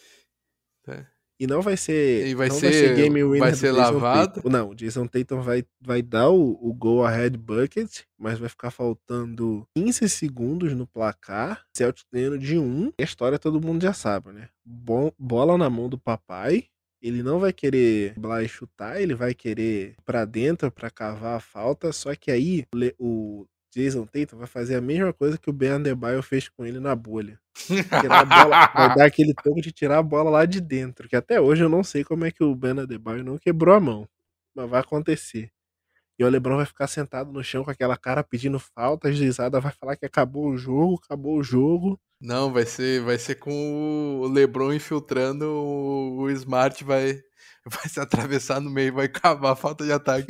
E não vai ser. Vai ser game winner. Vai ser lavado. Tatum. Não, o Jason Tatum vai dar o go ahead bucket, mas vai ficar faltando 15 segundos no placar. Celtics ganhando de 1. E a história todo mundo já sabe, né? Bola na mão do papai. Ele não vai querer driblar e chutar, ele vai querer ir pra dentro pra cavar a falta. Só que aí o Jason Tatum vai fazer a mesma coisa que o Ben Adebayo fez com ele na bolha. Tirar a bola, vai dar aquele toque de tirar a bola lá de dentro, que até hoje eu não sei como é que o Ben Adebayo não quebrou a mão, mas vai acontecer. E o LeBron vai ficar sentado no chão com aquela cara pedindo falta, a juizada vai falar que acabou o jogo. Não, vai ser com o LeBron infiltrando, o Smart vai se atravessar no meio, vai cavar a falta de ataque.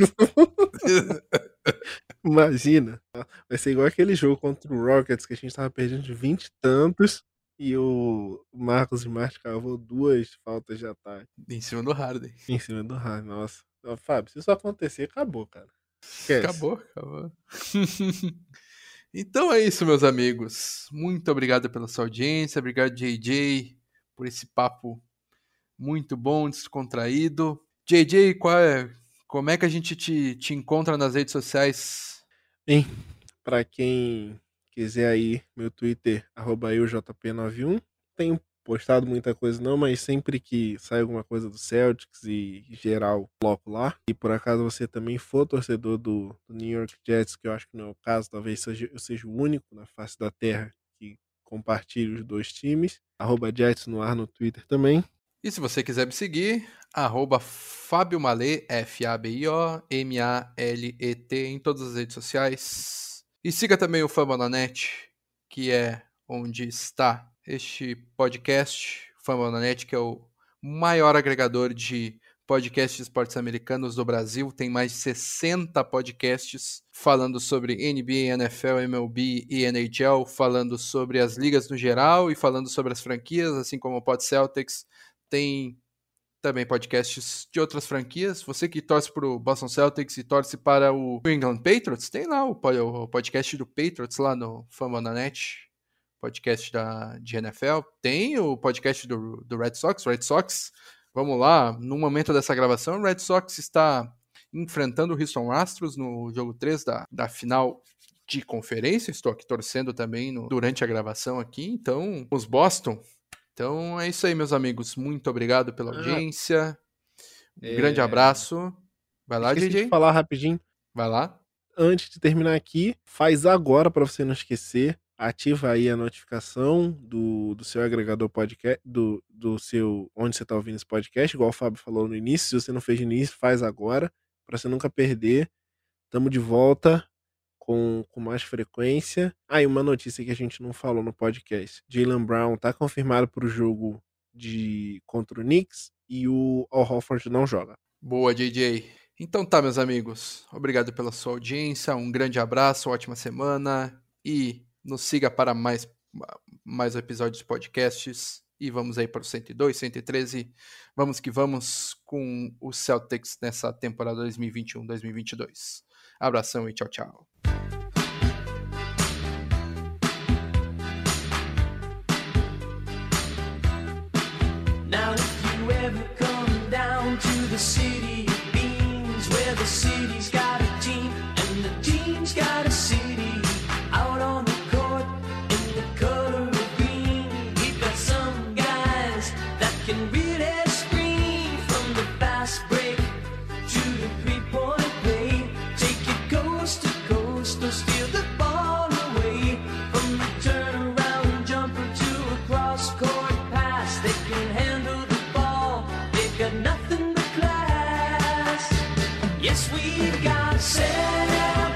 Imagina, vai ser igual aquele jogo contra o Rockets que a gente tava perdendo de 20 e tantos e o Marcos Smart cavou 2 faltas de ataque. Em cima do Harden. Nossa. Fábio, se isso acontecer, acabou, cara. Esquece. Acabou. Então é isso, meus amigos. Muito obrigado pela sua audiência. Obrigado, JJ, por esse papo muito bom, descontraído. JJ, como é que a gente te encontra nas redes sociais? Bem, pra quem quiser aí, meu Twitter, @eujp91. Tenho postado muita coisa não, mas sempre que sai alguma coisa do Celtics e em geral, coloco lá. E por acaso você também for torcedor do New York Jets, que eu acho que não é o caso, talvez eu seja o único na face da terra que compartilhe os dois times. @Jets no ar no Twitter também. E se você quiser me seguir, @Fábio Mallet, FABIOMALET, em todas as redes sociais. E siga também o Fambonanet, que é onde está este podcast. Fambonanet, que é o maior agregador de podcasts de esportes americanos do Brasil. Tem mais de 60 podcasts falando sobre NBA, NFL, MLB e NHL, falando sobre as ligas no geral e falando sobre as franquias, assim como o Pod Celtics. Tem também podcasts de outras franquias. Você que torce para o Boston Celtics e torce para o New England Patriots, tem lá o podcast do Patriots lá no Fambonanet, podcast de NFL. Tem o podcast do Red Sox. Red Sox, vamos lá, no momento dessa gravação, o Red Sox está enfrentando o Houston Astros no jogo 3 da final de conferência. Estou aqui torcendo também durante a gravação aqui. Então, os Boston. Então é isso aí, meus amigos. Muito obrigado pela audiência. Um grande abraço. Vai lá, Esqueci DJ. de falar rapidinho. Vai lá. Antes de terminar aqui, faz agora para você não esquecer. Ativa aí a notificação do seu agregador podcast, do seu, onde você está ouvindo esse podcast, igual o Fábio falou no início. Se você não fez no início, faz agora, para você nunca perder. Tamo de volta com mais frequência. E uma notícia que a gente não falou no podcast. Jaylen Brown tá confirmado para o jogo contra o Knicks e o Al Horford não joga. Boa, JJ. Então tá, meus amigos. Obrigado pela sua audiência. Um grande abraço, ótima semana e nos siga para mais episódios de podcasts. E vamos aí para o 102, 113. Vamos que vamos com o Celtics nessa temporada 2021-2022. Abração e tchau, tchau. Now if you ever come down to the city of beans, where the city's got a team and the team's got a city, out on the court in the color of green, we've got some guys that can really scream, from the fast break to the three-point play, take it coast to coast or steal the ball away, from the turnaround jumper to a cross-court pass, they can handle the ball, they've got nothing but class. Yes, we've got a